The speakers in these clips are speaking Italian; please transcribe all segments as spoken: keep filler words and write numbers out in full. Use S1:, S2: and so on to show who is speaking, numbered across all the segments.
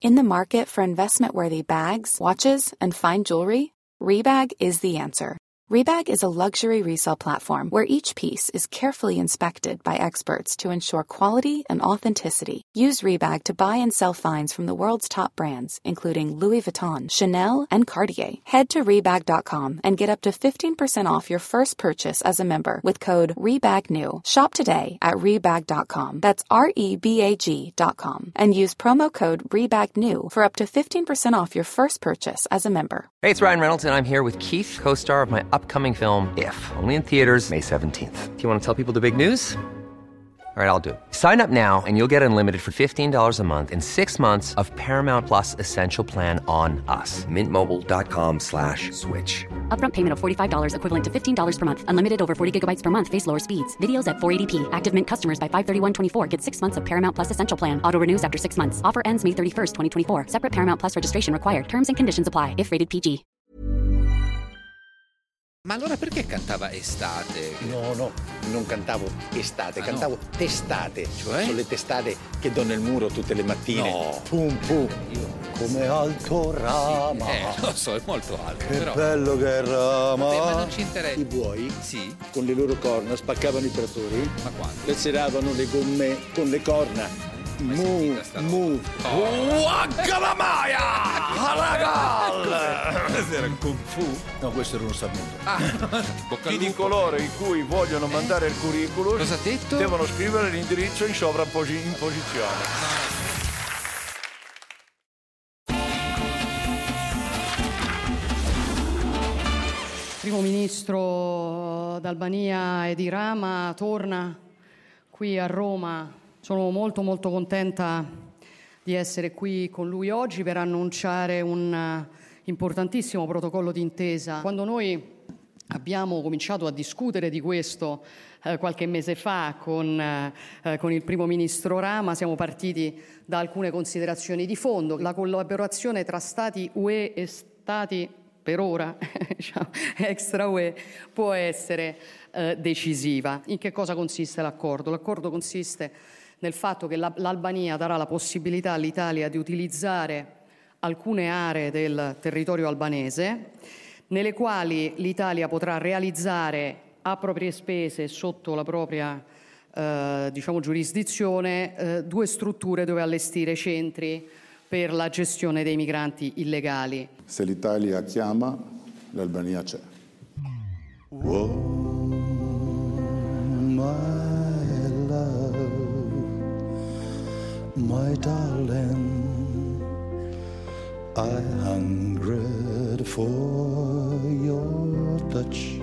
S1: In the market for investment-worthy bags, watches, and fine jewelry, Rebag is the answer. Rebag is a luxury resale platform where each piece is carefully inspected by experts to ensure quality and authenticity. Use Rebag to buy and sell finds from the world's top brands, including Louis Vuitton, Chanel, and Cartier. Head to Rebag dot com and get up to fifteen percent off your first purchase as a member with code REBAGNEW. Shop today at Rebag dot com. That's R E B A G dot com. And use promo code REBAGNEW for up to fifteen percent off your first purchase as a member.
S2: Hey, it's Ryan Reynolds, and I'm here with Keith, co-star of my upcoming film, If, only in theaters May seventeenth. Do you want to tell people the big news? All right, I'll do it. Sign up now and you'll get unlimited for fifteen dollars a month and six months of Paramount Plus Essential Plan on us. Mint Mobile dot com slash switch.
S3: Upfront payment of forty-five dollars equivalent to fifteen dollars per month. Unlimited over forty gigabytes per month. Face lower speeds. Videos at four eighty p. Active Mint customers by five thirty-one twenty-four get six months of Paramount Plus Essential Plan. Auto renews after six months. Offer ends May thirty-first, twenty twenty-four. Separate Paramount Plus registration required. Terms and conditions apply if rated P G.
S4: Ma allora perché cantava Estate?
S5: No, no, non cantavo estate,
S4: ah,
S5: cantavo
S4: no.
S5: testate.
S4: Cioè?
S5: Sono le testate che do nel muro tutte le mattine.
S4: No.
S5: Pum pum.
S4: Io...
S5: Come alto rama.
S4: Sì, eh, lo so, è molto alto.
S5: Che
S4: però...
S5: bello che rama.
S4: Vabbè, ma non ci interessa.
S5: I buoi,
S4: sì,
S5: con le loro corna, spaccavano i trattori.
S4: Ma quando?
S5: Le seravano le gomme con le corna. Mu, mu.
S4: Waggalamaya!
S5: Halagal!
S4: Questo era Kung Fu?
S5: No, questo era uno saluto.
S4: Ah,
S6: Chi di coloro in cui vogliono mandare il curriculum
S4: cosa ha detto?
S6: devono scrivere l'indirizzo in sovrapposizione.
S7: Primo ministro d'Albania Edi Rama torna qui a Roma. Sono molto molto contenta di essere qui con lui oggi per annunciare un uh, importantissimo protocollo d'intesa. Quando noi abbiamo cominciato a discutere di questo uh, qualche mese fa con, uh, uh, con il primo ministro Rama, siamo partiti da alcune considerazioni di fondo. La collaborazione tra Stati U E e Stati, per ora, diciamo, extra U E, può essere uh, decisiva. In che cosa consiste l'accordo? L'accordo consiste nel fatto che l'Albania darà la possibilità all'Italia di utilizzare alcune aree del territorio albanese, nelle quali l'Italia potrà realizzare a proprie spese, sotto la propria eh, diciamo, giurisdizione, eh, due strutture dove allestire centri per la gestione dei migranti illegali.
S8: Se l'Italia chiama, l'Albania c'è.
S5: Oh, my love, my darling, I hungered for your touch.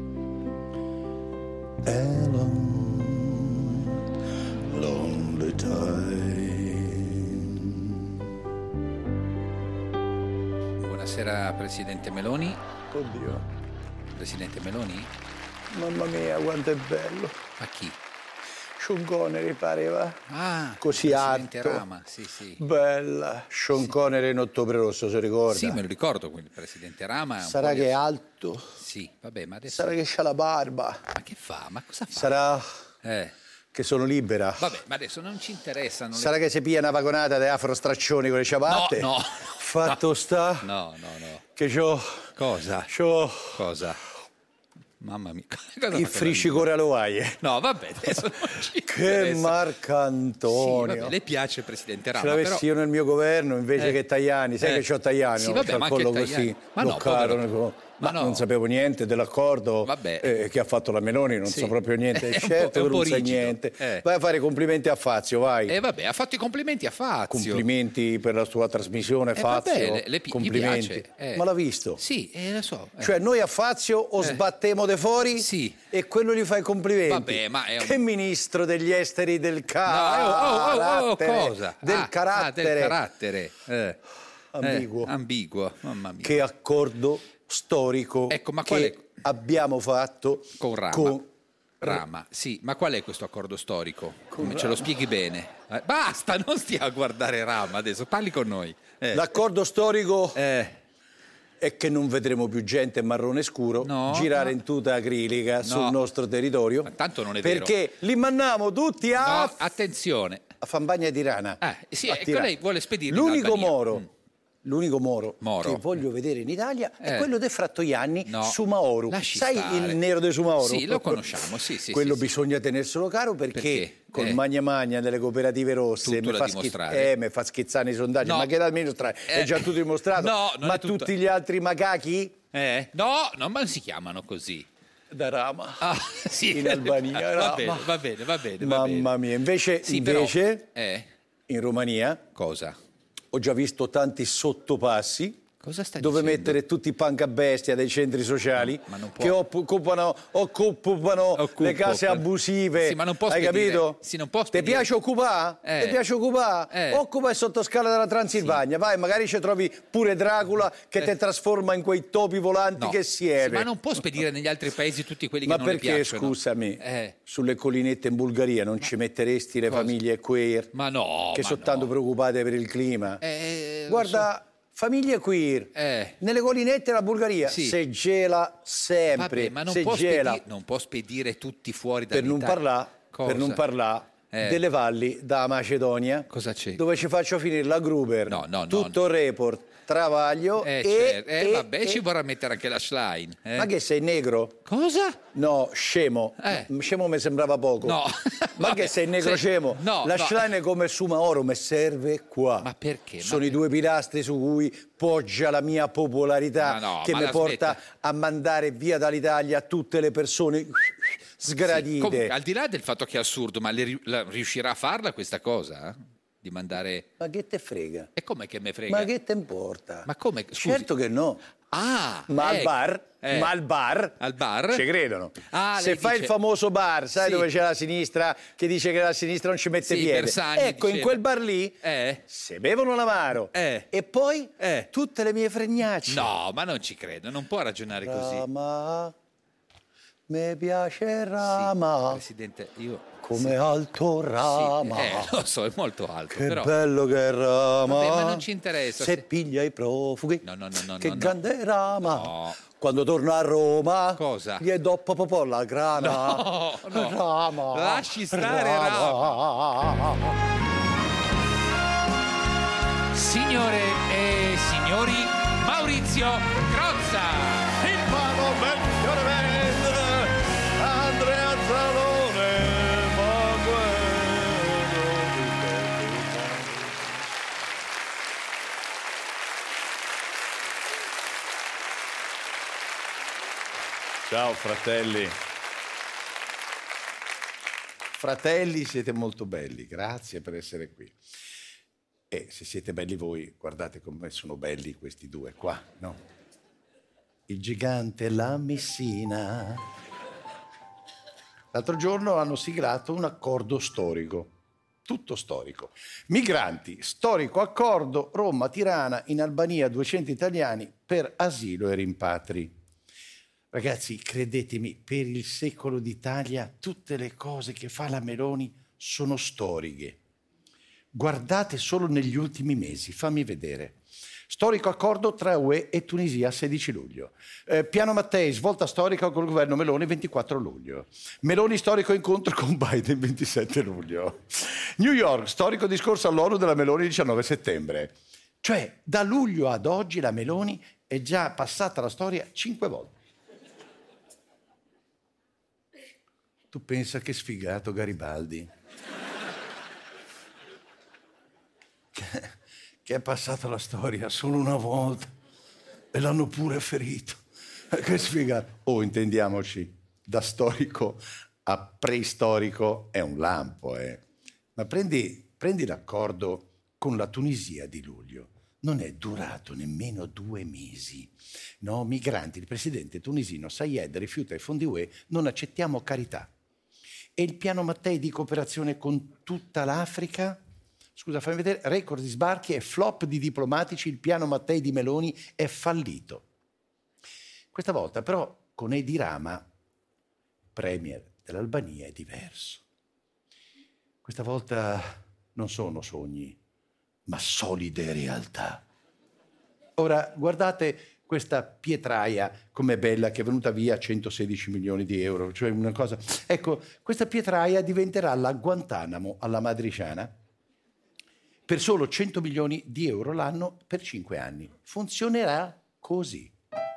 S5: A long, lonely time.
S4: Buonasera Presidente Meloni.
S5: Oddio,
S4: Presidente Meloni?
S5: mamma mia, quanto è bello.
S4: A chi?
S5: Sean Connery pareva.
S4: Ah,
S5: così
S4: Presidente
S5: alto.
S4: Rama, sì, sì.
S5: Bella. Sean
S4: Sì.
S5: Connery in Ottobre Rosso, si ricorda?
S4: Sì, me lo ricordo, quindi il Presidente Rama. È un
S5: Sarà
S4: po'
S5: che
S4: di-
S5: è alto?
S4: Sì, vabbè, ma adesso...
S5: Sarà che c'ha la barba?
S4: Ma che fa? Ma cosa fa?
S5: Sarà
S4: Eh,
S5: che sono libera?
S4: vabbè, ma adesso non ci interessano...
S5: Sarà
S4: le...
S5: che si pia una vagonata di afro straccioni con le ciabatte?
S4: No, no.
S5: Fatto
S4: no.
S5: sta
S4: No, no, no.
S5: che c'ho,
S4: Cosa?
S5: c'ho
S4: Cosa? Mamma mia. Cosa
S5: il
S4: fa
S5: fricicore all'ovaie.
S4: No, vabbè, adesso non ci
S5: Che
S4: interessa.
S5: Marco
S4: Sì,
S5: Antonio.
S4: vabbè, le piace il Presidente
S5: Ce
S4: Rama,
S5: l'avessi
S4: però...
S5: io nel mio governo invece
S4: Eh.
S5: che Tajani, sai
S4: Eh.
S5: che c'ho Tajani,
S4: Sì,
S5: no?
S4: vabbè,
S5: C'ho
S4: ma
S5: il
S4: anche
S5: collo
S4: Tajani.
S5: così
S4: Ma no,
S5: bloccato,
S4: povero-
S5: ma,
S4: ma no.
S5: non sapevo niente dell'accordo
S4: Vabbè.
S5: eh, che ha fatto la Meloni, non
S4: Sì.
S5: so proprio niente.
S4: È un po'-
S5: Certo
S4: è un
S5: che
S4: po'
S5: non sai
S4: rigido.
S5: niente.
S4: Eh.
S5: Vai a fare complimenti a Fazio, vai.
S4: E vabbè, ha fatto i complimenti a Fazio.
S5: Complimenti per la sua trasmissione,
S4: Eh,
S5: Fazio.
S4: vabbè, le- le pi- gli
S5: complimenti.
S4: piace, eh.
S5: Ma l'ha visto?
S4: Sì, eh, lo so. eh.
S5: Cioè noi a Fazio o
S4: Eh.
S5: sbattemo de fuori
S4: Sì.
S5: e quello gli fa i complimenti.
S4: Vabbè, ma è un-
S5: Che ministro degli esteri del
S4: No, oh, oh, oh, oh,
S5: carattere.
S4: cosa?
S5: Del
S4: Ah,
S5: carattere.
S4: ah, del carattere. Eh.
S5: Ambiguo.
S4: Eh, ambiguo, mamma mia.
S5: Che accordo storico
S4: Ecco, ma
S5: che
S4: qual è-
S5: abbiamo fatto
S4: Con Rama.
S5: con-
S4: Rama, sì, ma qual è questo accordo storico? Come ce lo spieghi bene? Eh, basta, non stia a guardare Rama adesso, parli con noi. Eh.
S5: L'accordo storico
S4: Eh,
S9: è che non vedremo più gente marrone scuro
S4: no,
S9: girare
S4: no.
S9: in tuta acrilica no. sul nostro territorio.
S4: Ma tanto non è
S9: perché
S4: vero.
S9: li mandiamo tutti a...
S4: No, attenzione.
S9: A Fampagna di Tirana.
S4: Eh, sì,
S9: a
S4: ecco,
S9: Tirana.
S4: lei vuole spedirli
S9: L'unico
S4: in Albania.
S9: Moro...
S4: Mm.
S9: L'unico Moro,
S4: Moro
S9: che voglio vedere in Italia
S4: eh.
S9: è quello di Frattoianni,
S4: no.
S9: Sumaoro.
S4: Lasci
S9: Sai
S4: stare.
S9: il nero di Sumaoro?
S4: Sì, lo conosciamo, sì, sì.
S9: Quello
S4: sì,
S9: bisogna sì. tenerselo caro perché,
S4: perché?
S9: col
S4: eh.
S9: magna magna delle cooperative rosse mi fa, schi- eh, mi fa schizzare i sondaggi.
S4: No.
S9: Ma che da dimostrare?
S4: Eh.
S9: È già tutto dimostrato.
S4: No, non
S9: ma
S4: è tutto.
S9: tutti gli altri macachi?
S4: Eh? No, no, ma non si chiamano così.
S9: Da Rama.
S4: Ah, sì.
S9: In Albania.
S4: Va
S9: Rama.
S4: bene, va bene, va bene. Va
S9: Mamma
S4: bene.
S9: mia, invece,
S4: sì,
S9: invece
S4: però, eh.
S9: in Romania
S4: cosa?
S9: Ho già visto tanti sottopassi.
S4: Cosa stai
S9: dove
S4: dicendo?
S9: mettere tutti i pancabestia dei centri sociali
S4: no, ma non può.
S9: che occupano, occupano
S4: Occupo,
S9: le case
S4: per...
S9: abusive.
S4: Sì, ma non può
S9: Hai
S4: spedire.
S9: capito?
S4: Sì, non può
S9: Ti
S4: spedire.
S9: piace occupare?
S4: Eh.
S9: Ti piace occupare?
S4: Eh.
S9: Occupa il sottoscala della Transilvania. Sì. Vai, magari ci trovi pure Dracula che eh. ti trasforma in quei topi volanti
S4: no.
S9: che siede.
S4: Sì, ma non può spedire negli altri paesi tutti quelli
S9: ma
S4: che non le piacciono.
S9: Ma perché, scusami,
S4: eh.
S9: sulle collinette in Bulgaria non ma... ci metteresti le
S4: Cosa?
S9: famiglie queer?
S4: Ma no,
S9: che
S4: ma
S9: sono
S4: no.
S9: tanto preoccupate per il clima?
S4: Eh,
S9: Guarda... Famiglie queer,
S4: eh.
S9: nelle collinette della Bulgaria,
S4: sì.
S9: se gela sempre,
S4: Vabbè, ma non
S9: se
S4: può,
S9: gela.
S4: spedire, non può spedire tutti fuori
S9: per
S4: dall'Italia.
S9: non parlare, per non parlare eh. delle valli da Macedonia,
S4: cosa c'è?
S9: Dove ci faccio finire la Gruber,
S4: no, no,
S9: tutto
S4: no.
S9: il report, travaglio
S4: eh,
S9: e,
S4: certo. eh,
S9: e
S4: vabbè
S9: e...
S4: ci vorrà mettere anche la Schlein eh.
S9: Ma che sei negro?
S4: Cosa?
S9: No, scemo
S4: eh.
S9: scemo mi sembrava poco
S4: no.
S9: ma
S4: vabbè.
S9: che sei negro
S4: sei...
S9: scemo?
S4: No,
S9: la
S4: no.
S9: Schlein è come il Sumaoro, mi serve qua.
S4: Ma perché?
S9: Sono
S4: ma...
S9: i due pilastri su cui poggia la mia popolarità
S4: no,
S9: che mi porta
S4: smetta.
S9: a mandare via dall'Italia tutte le persone sgradite.
S4: Sì, comunque, al di là del fatto che è assurdo, ma le, la, riuscirà a farla questa cosa? Eh? Di mandare...
S9: Ma che te frega?
S4: E come che me frega?
S9: Ma che te importa?
S4: Ma come? Scusi.
S9: Certo che no.
S4: Ah,
S9: ma
S4: ecco.
S9: al bar,
S4: eh.
S9: ma al bar,
S4: al bar
S9: ci credono.
S4: Ah,
S9: se fai
S4: dice...
S9: il famoso bar, sai
S4: sì.
S9: dove c'è la sinistra che dice che la sinistra non ci mette
S4: sì,
S9: piede.
S4: Bersani
S9: ecco,
S4: diceva.
S9: in quel bar lì
S4: eh.
S9: se bevono l'amaro
S4: eh.
S9: e poi
S4: eh.
S9: tutte le mie fregnacce.
S4: No, ma non ci credo, non può ragionare così.
S9: Rama, mi piace Rama.
S4: Sì, Presidente, io...
S9: Come
S4: sì.
S9: alto Rama.
S4: Sì, eh, lo so, è molto alto.
S9: Che
S4: però...
S9: bello che è Rama.
S4: Vabbè, ma non ci interessa.
S9: Se
S4: se...
S9: piglia i profughi.
S4: No, no, no, no,
S9: che
S4: no,
S9: grande
S4: no.
S9: Rama.
S4: No.
S9: Quando torno a Roma.
S4: Cosa?
S9: Gli do popò la grana.
S4: No, no.
S9: Rama.
S4: Lasci stare Rama. Rama. Signore e signori, Maurizio Crozza.
S6: Il Parlamento Band, Andrea Zalone, ciao fratelli.
S9: Fratelli, siete molto belli, grazie per essere qui. E se siete belli voi, guardate come sono belli questi due qua, no? Il gigante e la Messina. L'altro giorno hanno siglato un accordo storico, tutto storico. Migranti, storico accordo, Roma, Tirana, in Albania duecento italiani per asilo e rimpatri. Ragazzi, credetemi, per il secolo d'Italia tutte le cose che fa la Meloni sono storiche. Guardate solo negli ultimi mesi, fammi vedere. Storico accordo tra U E e Tunisia, sedici luglio. Eh, Piano Mattei, svolta storica col governo Meloni, ventiquattro luglio. Meloni, storico incontro con Biden, ventisette luglio. New York, storico discorso all'ONU della Meloni, diciannove settembre. Cioè, da luglio ad oggi la Meloni è già passata la storia cinque volte. Tu pensa che sfigato Garibaldi? Che, che è passata la storia solo una volta e l'hanno pure ferito. Che sfigato. Oh, intendiamoci, da storico a preistorico è un lampo, eh. Ma prendi, prendi l'accordo con la Tunisia di luglio. Non è durato nemmeno due mesi. No, migranti, il presidente tunisino Sayed rifiuta i fondi U E, non accettiamo carità. E il piano Mattei di cooperazione con tutta l'Africa? Scusa, fammi vedere, record di sbarchi e flop di diplomatici, il piano Mattei di Meloni è fallito. Questa volta però con Edi Rama, premier dell'Albania, è diverso. Questa volta non sono sogni, ma solide realtà. Ora, guardate questa pietraia, com'è bella, che è venuta via a centosedici milioni di euro, cioè una cosa... Ecco, questa pietraia diventerà la Guantanamo alla matriciana per solo cento milioni di euro l'anno per cinque anni. Funzionerà così.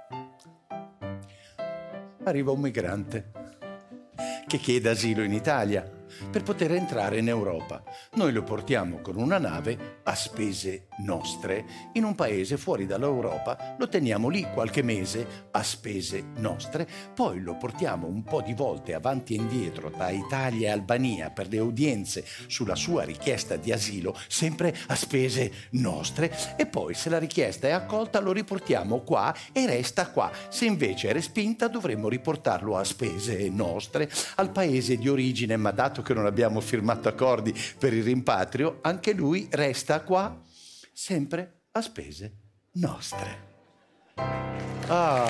S9: Arriva un migrante che chiede asilo in Italia per poter entrare in Europa. Noi lo portiamo con una nave a spese nostre in un paese fuori dall'Europa, lo teniamo lì qualche mese a spese nostre, poi lo portiamo un po' di volte avanti e indietro tra Italia e Albania per le udienze sulla sua richiesta di asilo, sempre a spese nostre, e poi se la richiesta è accolta lo riportiamo qua e resta qua. Se invece è respinta dovremmo riportarlo a spese nostre al paese di origine, ma dato che non abbiamo firmato accordi per il rimpatrio, anche lui resta qua, sempre a spese nostre. Ah.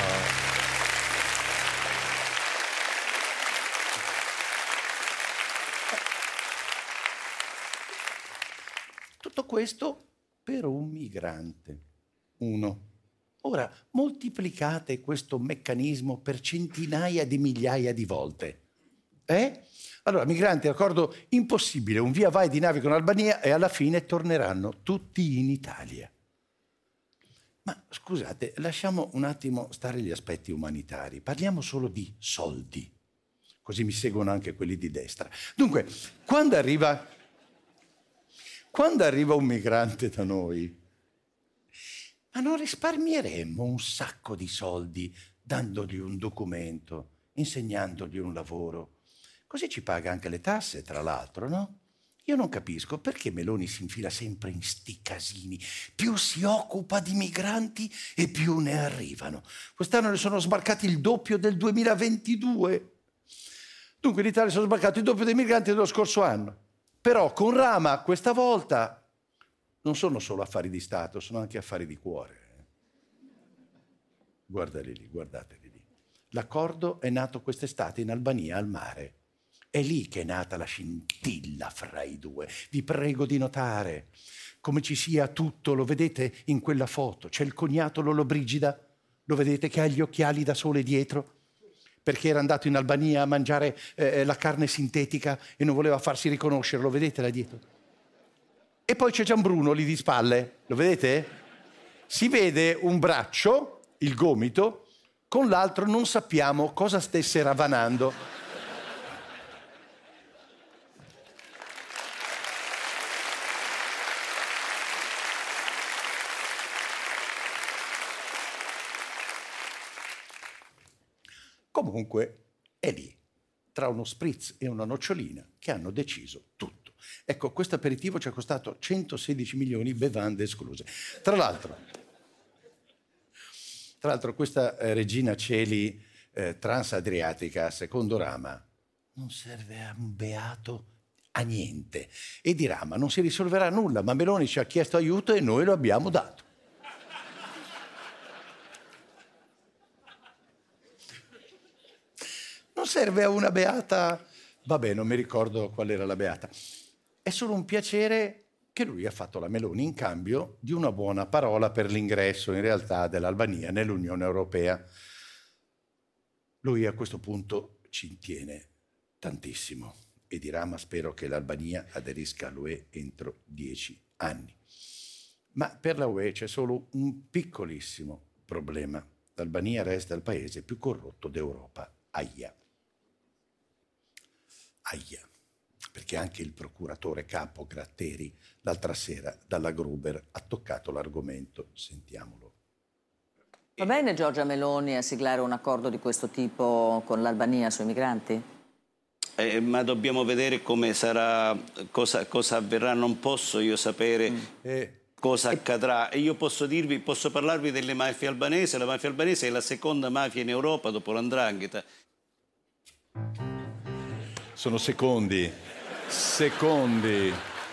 S9: Tutto questo per un migrante. Uno. Ora, moltiplicate questo meccanismo per centinaia di migliaia di volte. Eh? Allora, migranti, accordo impossibile, un via vai di navi con Albania e alla fine torneranno tutti in Italia. Ma scusate, lasciamo un attimo stare gli aspetti umanitari, parliamo solo di soldi, così mi seguono anche quelli di destra. Dunque, quando arriva, quando arriva un migrante da noi, ma non risparmieremmo un sacco di soldi dandogli un documento, insegnandogli un lavoro? Così ci paga anche le tasse, tra l'altro, no? Io non capisco perché Meloni si infila sempre in sti casini. Più si occupa di migranti e più ne arrivano. Quest'anno ne sono sbarcati il doppio del duemilaventidue. Dunque in Italia sono sbarcati il doppio dei migranti dello scorso anno. Però con Rama questa volta non sono solo affari di Stato, sono anche affari di cuore. Guardali lì, guardateli lì. L'accordo è nato quest'estate in Albania, al mare. È lì che è nata la scintilla fra i due. Vi prego di notare come ci sia tutto, lo vedete in quella foto. C'è il cognato Lollobrigida, lo vedete che ha gli occhiali da sole dietro, perché era andato in Albania a mangiare eh, la carne sintetica e non voleva farsi riconoscere, lo vedete là dietro. E poi c'è Gianbruno lì di spalle, lo vedete? Si vede un braccio, il gomito, con l'altro non sappiamo cosa stesse ravanando. Comunque è lì, tra uno spritz e una nocciolina, che hanno deciso tutto. Ecco, questo aperitivo ci è costato centosedici milioni, bevande escluse. Tra l'altro, tra l'altro questa eh, Regina Coeli eh, transadriatica, secondo Rama, non serve a un beato a niente. E di Rama non si risolverà nulla, ma Meloni ci ha chiesto aiuto e noi lo abbiamo dato. Non serve a una beata, vabbè, non mi ricordo qual era la beata. È solo un piacere che lui ha fatto la Meloni in cambio di una buona parola per l'ingresso, in realtà, dell'Albania nell'Unione Europea. Lui a questo punto ci tiene tantissimo e di Rama spero che l'Albania aderisca all'U E entro dieci anni. Ma per la U E c'è solo un piccolissimo problema. L'Albania resta il paese più corrotto d'Europa. Aia. Aia. Perché anche il procuratore capo Gratteri l'altra sera dalla Gruber ha toccato l'argomento. Sentiamolo.
S10: Va bene Giorgia Meloni a siglare un accordo di questo tipo con l'Albania sui migranti?
S11: Eh, ma dobbiamo vedere come sarà, cosa, cosa avverrà. Non posso io sapere mm. eh. cosa accadrà. E io posso dirvi, posso parlarvi delle mafie albanesi. La mafia albanese è la seconda mafia in Europa dopo l'Andrangheta.
S9: Sono secondi, secondi.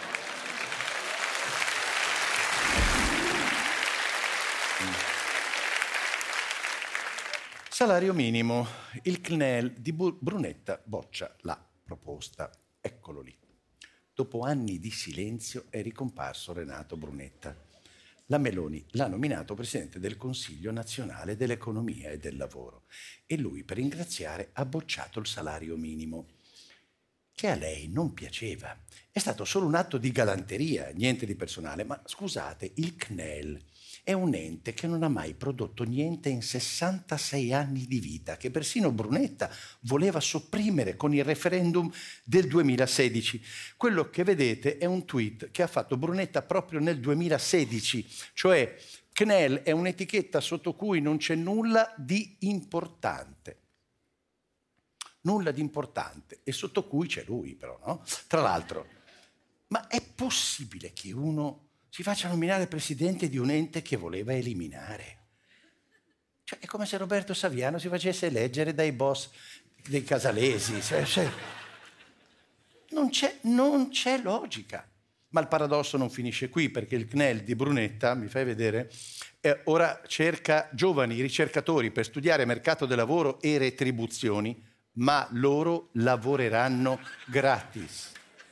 S9: Salario minimo. Il C N E L di Brunetta boccia la proposta. Eccolo lì. Dopo anni di silenzio è ricomparso Renato Brunetta. la Meloni l'ha nominato presidente del Consiglio nazionale dell'economia e del lavoro e lui, per ringraziare, ha bocciato il salario minimo, che a lei non piaceva. È stato solo un atto di galanteria, niente di personale, ma scusate, il C N E L è un ente che non ha mai prodotto niente in sessantasei anni di vita, che persino Brunetta voleva sopprimere con il referendum del duemilasedici. Quello che vedete è un tweet che ha fatto Brunetta proprio nel duemilasedici, cioè C N E L è un'etichetta sotto cui non c'è nulla di importante. Nulla di importante, e sotto cui c'è lui però, no? Tra l'altro, ma è possibile che uno si faccia nominare presidente di un ente che voleva eliminare? Cioè, è come se Roberto Saviano si facesse eleggere dai boss dei casalesi. Cioè, cioè, non c'è, non c'è logica. Ma il paradosso non finisce qui, perché il C N E L di Brunetta, mi fai vedere, eh, ora cerca giovani ricercatori per studiare mercato del lavoro e retribuzioni, ma loro lavoreranno gratis.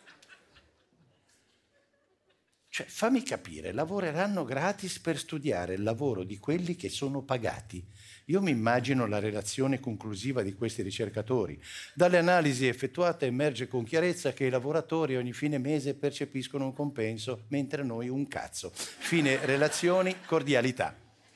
S9: Cioè, fammi capire, lavoreranno gratis per studiare il lavoro di quelli che sono pagati. Io mi immagino la relazione conclusiva di questi ricercatori. Dalle analisi effettuate emerge con chiarezza che i lavoratori ogni fine mese percepiscono un compenso, mentre noi un cazzo. Fine relazioni, cordialità.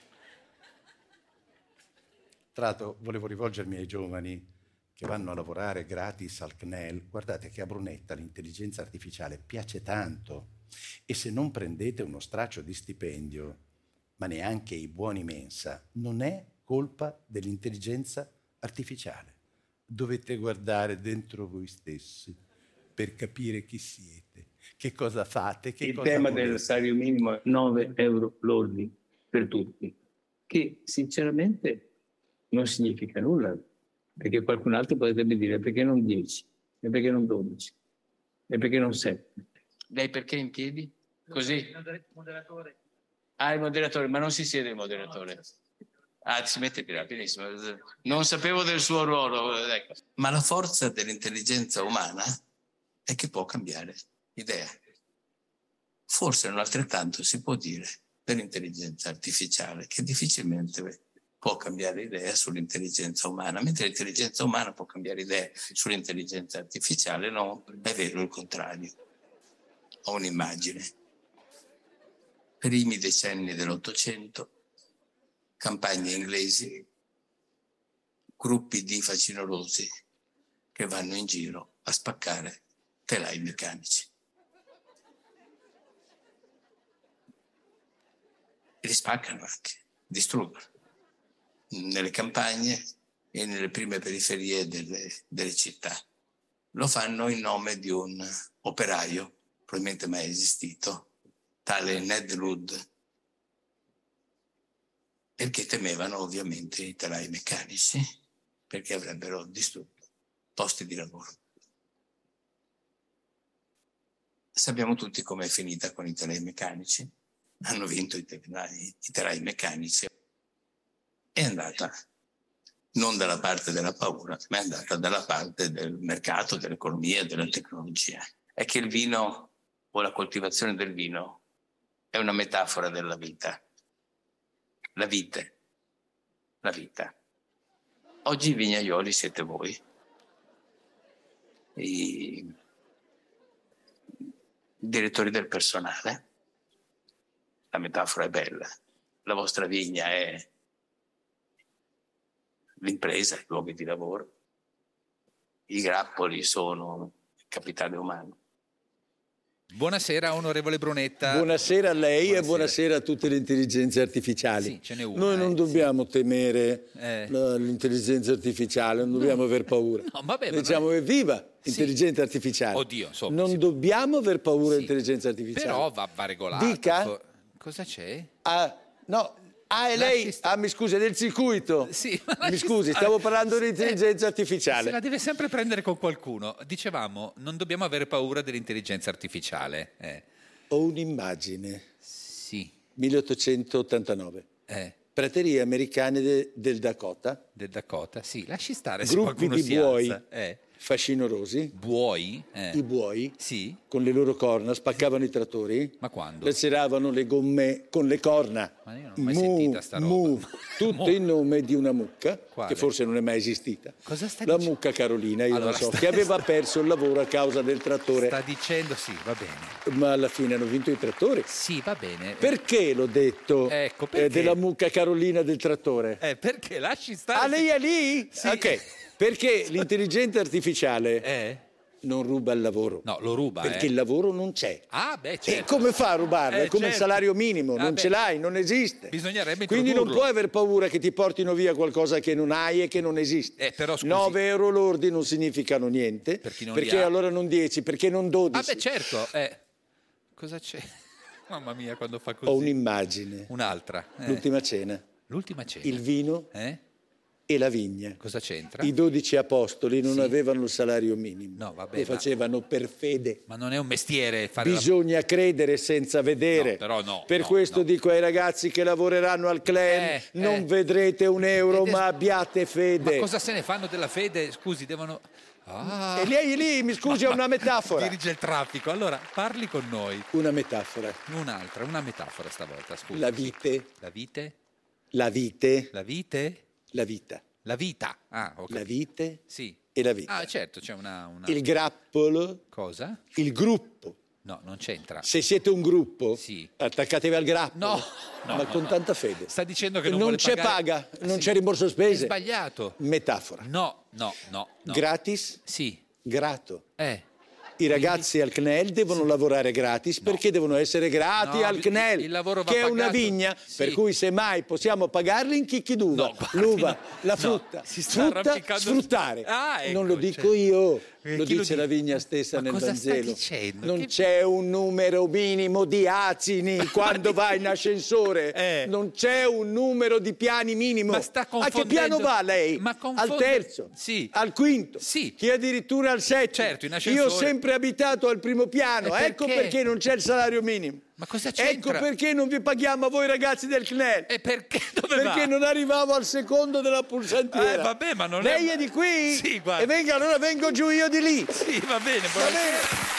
S9: Tra l'altro, volevo rivolgermi ai giovani che vanno a lavorare gratis al C N E L. Guardate che a Brunetta l'intelligenza artificiale piace tanto. E se non prendete uno straccio di stipendio, ma neanche i buoni mensa, non è colpa dell'intelligenza artificiale. Dovete guardare dentro voi stessi per capire chi siete, che cosa fate, che
S12: il
S9: cosa
S12: tema
S9: volete.
S12: del salario minimo è nove euro lordi per tutti, che sinceramente non significa nulla, perché qualcun altro potrebbe dire perché non dieci, e perché non dodici, e perché non sette. Lei perché in piedi? Così? Moderatore. Ah, il moderatore, ma non si siede il moderatore. Ah, si mette più benissimo. Non sapevo del suo ruolo. Ecco. Ma la forza dell'intelligenza umana è che può cambiare idea. Forse non altrettanto si può dire dell'intelligenza artificiale, che difficilmente può cambiare idea sull'intelligenza umana, mentre l'intelligenza umana può cambiare idea sull'intelligenza artificiale, no, è vero il contrario. Ho un'immagine. Primi decenni dell'Ottocento, campagne inglesi, gruppi di facinorosi che vanno in giro a spaccare telai meccanici. E li spaccano anche, distruggono. Nelle campagne e nelle prime periferie delle, delle città. Lo fanno in nome di un operaio probabilmente mai esistito, tale Ned Ludd, perché temevano ovviamente i telai meccanici, perché avrebbero distrutto posti di lavoro. Sappiamo tutti com'è finita con i telai meccanici. Hanno vinto i telai, i telai meccanici. È andata non dalla parte della paura, ma è andata dalla parte del mercato, dell'economia, della tecnologia. È che il vino o la coltivazione del vino è una metafora della vita. La vite, la vita. Oggi i vignaioli siete voi. I direttori del personale. La metafora è bella. La vostra vigna è l'impresa, i luoghi di lavoro. I grappoli sono il capitale umano.
S4: Buonasera onorevole Brunetta.
S5: Buonasera a lei
S4: buonasera.
S5: E buonasera a tutte le intelligenze artificiali.
S4: Sì, ce n'è una,
S5: Noi non
S4: eh,
S5: dobbiamo
S4: sì.
S5: temere
S4: eh.
S5: l'intelligenza artificiale, non dobbiamo aver paura.
S4: No, vabbè,
S5: diciamo
S4: è...
S5: evviva
S4: sì.
S5: intelligenza artificiale.
S4: Oddio, insomma,
S5: non
S4: sì.
S5: dobbiamo aver paura
S4: sì.
S5: dell'intelligenza artificiale.
S4: Però va, va regolato.
S5: Dica.
S4: Cosa c'è?
S5: Ah, no. Ah, e lei? St- ah, mi scusi, è del circuito.
S4: Sì,
S5: mi scusi, stavo parlando di intelligenza artificiale.
S4: Se la deve sempre prendere con qualcuno. Dicevamo, non dobbiamo avere paura dell'intelligenza artificiale. Eh.
S5: Ho un'immagine.
S4: Sì.
S5: milleottocentottantanove.
S4: Eh.
S5: Praterie americane de- del Dakota.
S4: Del Dakota, sì. Lasci stare
S5: Gruppi
S4: se qualcuno
S5: di
S4: si
S5: buoi.
S4: alza. Eh.
S5: fascinorosi.
S4: Buoi? Eh.
S5: I buoi,
S4: sì.
S5: Con le loro corna, spaccavano i trattori.
S4: Ma quando?
S5: Laceravano le gomme con le corna.
S4: Ma io non ho mai
S5: mu,
S4: sentita sta roba.
S5: Mu, tutto in nome di una mucca,
S4: Quale?
S5: che forse non è mai esistita.
S4: Cosa stai
S5: La
S4: dicendo?
S5: mucca Carolina, io
S4: Allora,
S5: non so,
S4: sta-
S5: che aveva perso il lavoro a causa del trattore.
S4: Sta dicendo sì, va bene.
S5: Ma alla fine hanno vinto i trattori.
S4: Sì, va bene.
S5: Perché l'ho detto
S4: Ecco,
S5: eh,
S4: perché?
S5: della mucca Carolina del trattore?
S4: Eh, perché lasci stare...
S5: Ah, lei è lì?
S4: Sì.
S5: Ok. Perché l'intelligenza artificiale
S4: Eh?
S5: non ruba il lavoro.
S4: No, lo ruba,
S5: Perché
S4: eh.
S5: il lavoro non c'è.
S4: Ah, beh,
S5: E
S4: certo.
S5: come fa a rubarlo?
S4: Eh,
S5: È come il
S4: certo.
S5: salario minimo,
S4: Ah,
S5: non
S4: beh.
S5: ce l'hai, non esiste.
S4: Bisognerebbe
S5: Quindi non
S4: introdurlo.
S5: puoi aver paura che ti portino via qualcosa che non hai e che non esiste.
S4: Eh, però, scusi.
S5: nove euro lordi non significano niente,
S4: Per chi non li
S5: perché
S4: ha.
S5: allora non dieci, perché non dodici.
S4: Ah, beh, certo. Eh. Cosa c'è? Mamma mia, quando fa così.
S5: Ho un'immagine.
S4: Un'altra. Eh.
S5: L'ultima cena.
S4: L'ultima cena.
S5: Il vino
S4: Eh?
S5: e la vigna.
S4: Cosa c'entra?
S5: I dodici apostoli non
S4: Sì.
S5: avevano il salario minimo.
S4: No, vabbè,
S5: Lo
S4: ma-
S5: facevano per fede.
S4: Ma non è un mestiere fare la...
S5: Bisogna credere senza vedere.
S4: No, però no,
S5: Per
S4: no,
S5: questo
S4: no.
S5: dico ai ragazzi che lavoreranno al clan,
S4: Eh,
S5: non
S4: eh.
S5: vedrete un euro,
S4: Ed è-
S5: ma abbiate fede.
S4: Ma cosa se ne fanno della fede? Scusi, devono... Ah.
S5: E lei lì, mi scusi, è una metafora.
S4: Dirige il traffico. Allora, parli con noi.
S5: Una metafora.
S4: Un'altra, una metafora stavolta, scusi.
S5: La vite,
S4: La vite?
S5: la vite,
S4: La vite?
S5: la vita.
S4: La vita. Ah, ok.
S5: La vite
S4: Sì.
S5: e la vita.
S4: Ah, certo, c'è una... una...
S5: Il grappolo,
S4: Cosa?
S5: il gruppo.
S4: No, non c'entra.
S5: Se siete un gruppo,
S4: Sì.
S5: attaccatevi al grappolo.
S4: No, no,
S5: ma
S4: no,
S5: con
S4: no.
S5: tanta fede.
S4: Sta dicendo che non,
S5: non
S4: vuole
S5: c'è
S4: pagare...
S5: paga, non
S4: Sì.
S5: c'è rimborso
S4: È
S5: spese.
S4: sbagliato.
S5: Metafora.
S4: No, no, no. no.
S5: Gratis,
S4: Sì.
S5: grato.
S4: Eh.
S5: I ragazzi al C N E L devono lavorare gratis perché devono essere grati
S4: No,
S5: al C N E L,
S4: il lavoro va
S5: che è una
S4: pagato.
S5: vigna,
S4: Sì.
S5: per cui semmai possiamo pagarli in chicchi d'uva,
S4: No, guardi,
S5: l'uva,
S4: no.
S5: la
S4: No,
S5: frutta,
S4: si sta
S5: frutta,
S4: arrampicando-
S5: sfruttare.
S4: Ah, ecco,
S5: non lo dico
S4: cioè-
S5: io,
S4: Eh,
S5: lo
S4: chi lo
S5: dice
S4: dice?
S5: la vigna stessa
S4: Ma
S5: nel
S4: cosa sta
S5: Vangelo.
S4: dicendo?
S5: Non
S4: Che-
S5: c'è un numero minimo di asini quando vai in ascensore,
S4: Eh.
S5: non c'è un numero di piani minimo.
S4: Ma sta
S5: A che
S4: confondendo-
S5: piano va lei?
S4: Ma
S5: Al
S4: confonde-
S5: terzo?
S4: Sì.
S5: Al quinto?
S4: Sì.
S5: Chi addirittura al settimo?
S4: Certo, in
S5: Io ho
S4: ascensore.
S5: sempre abitato al primo piano,
S4: E
S5: ecco
S4: perché?
S5: perché non c'è il salario minimo.
S4: Ma cosa
S5: Ecco
S4: c'entra?
S5: perché non vi paghiamo a voi ragazzi del C N E L.
S4: E perché? Dove
S5: Perché
S4: va?
S5: non arrivavo al secondo della pulsantiera.
S4: Eh, vabbè, ma non
S5: Lei
S4: è...
S5: è di qui?
S4: Sì, guarda.
S5: E venga, allora vengo giù io di lì.
S4: Sì, va bene.
S5: Va
S4: buona-
S5: bene?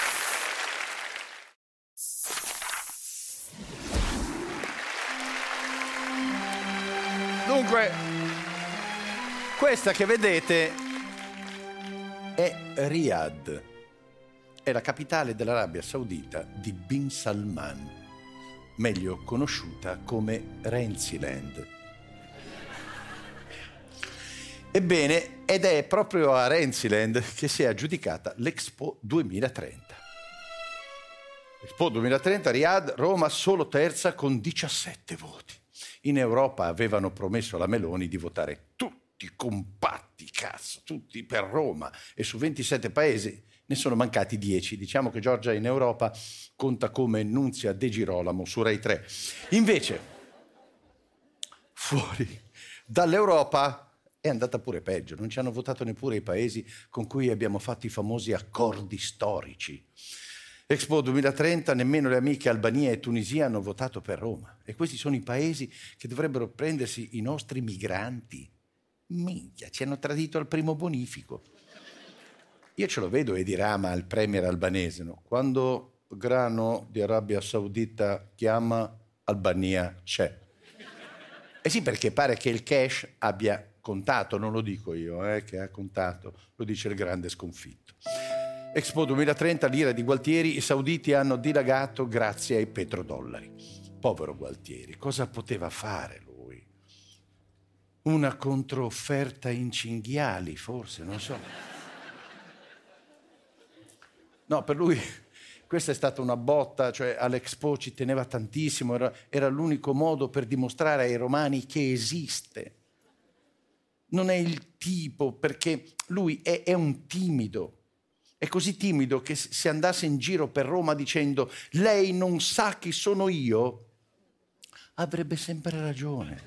S9: Dunque, questa che vedete è Riyadh, è la capitale dell'Arabia Saudita di Bin Salman, meglio conosciuta come Renziland. Ebbene, ed è proprio a Renziland che si è aggiudicata l'Expo duemilatrenta. Expo duemilatrenta, Riyadh, Roma solo terza con diciassette voti. In Europa avevano promesso alla Meloni di votare tutti compatti, cazzo, tutti per Roma, e su ventisette paesi ne sono mancati dieci. Diciamo che Giorgia in Europa conta come Nunzia De Girolamo su Rai tre. Invece, fuori dall'Europa è andata pure peggio, non ci hanno votato neppure i paesi con cui abbiamo fatto i famosi accordi storici. Expo duemilatrenta, nemmeno le amiche Albania e Tunisia hanno votato per Roma. E questi sono i paesi che dovrebbero prendersi i nostri migranti. Minchia, ci hanno tradito al primo bonifico. Io ce lo vedo Edi Rama, il premier albanese, no? Quando Grano di Arabia Saudita chiama, Albania c'è. Eh sì, perché pare che il cash abbia contato, non lo dico io, eh, che ha contato, lo dice il grande sconfitto. Expo duemilatrenta, l'ira di Gualtieri, i sauditi hanno dilagato grazie ai petrodollari. Povero Gualtieri, cosa poteva fare lui? Una controofferta in cinghiali, forse, non so. No, per lui questa è stata una botta, cioè all'Expo ci teneva tantissimo, era, era l'unico modo per dimostrare ai romani che esiste. Non è il tipo, perché lui è, è un timido. È così timido che se andasse in giro per Roma dicendo lei non sa chi sono io, avrebbe sempre ragione.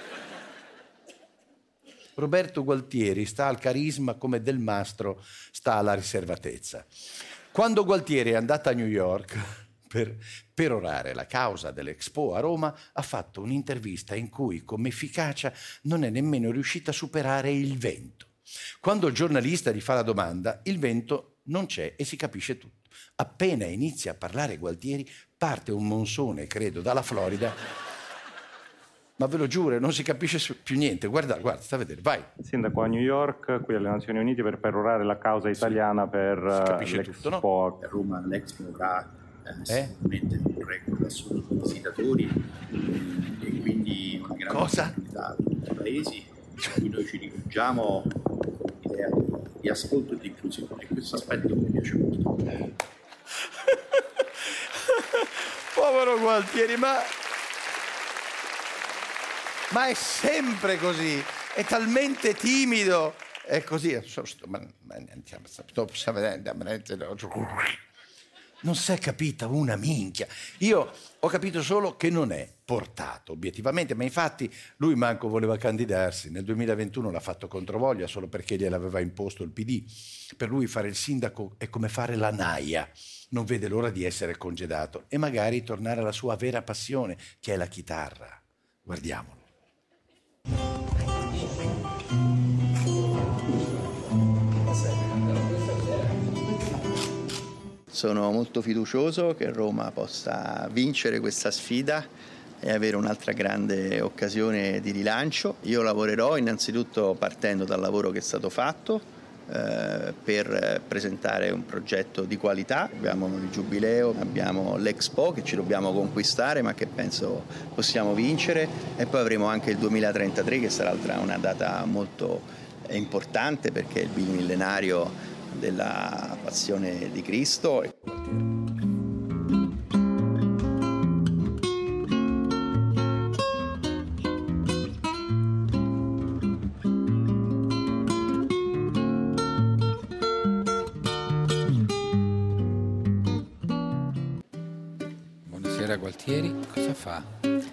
S9: Roberto Gualtieri sta al carisma come Del Mastro sta alla riservatezza. Quando Gualtieri è andata a New York per perorare la causa dell'Expo a Roma, ha fatto un'intervista in cui con efficacia non è nemmeno riuscita a superare il vento. Quando il giornalista gli fa la domanda, il vento non c'è e si capisce tutto. Appena inizia a parlare Gualtieri, parte un monsone, credo, dalla Florida. Ma ve lo giuro, non si capisce più niente. Guarda, guarda, sta a vedere, vai.
S13: Sindaco a New York, qui alle Nazioni Unite, per perorare la causa italiana per l'Expo.
S14: No? A Roma l'Expo avrà eh, eh? sicuramente un record assoluto di visitatori eh, e quindi una grande opportunità in tutti i paesi a cui noi ci rivolgiamo con l'idea di, di ascolto e di inclusione. E questo aspetto mi piace molto.
S9: Povero Gualtieri, ma... Ma è sempre così, è talmente timido, è così. Non si è capita una minchia. Io ho capito solo che non è portato, obiettivamente, ma infatti lui manco voleva candidarsi. Nel duemilaventuno l'ha fatto controvoglia solo perché gliel'aveva imposto il P D. Per lui fare il sindaco è come fare la naia. Non vede l'ora di essere congedato e magari tornare alla sua vera passione, che è la chitarra. Guardiamolo.
S15: Sono molto fiducioso che Roma possa vincere questa sfida e avere un'altra grande occasione di rilancio. Io lavorerò innanzitutto partendo dal lavoro che è stato fatto eh, per presentare un progetto di qualità. Abbiamo il Giubileo, abbiamo l'Expo che ci dobbiamo conquistare ma che penso possiamo vincere, e poi avremo anche il duemilatrentatré che sarà una data molto importante perché è il bimillenario della passione di Cristo.
S4: Buonasera Gualtieri, cosa fa?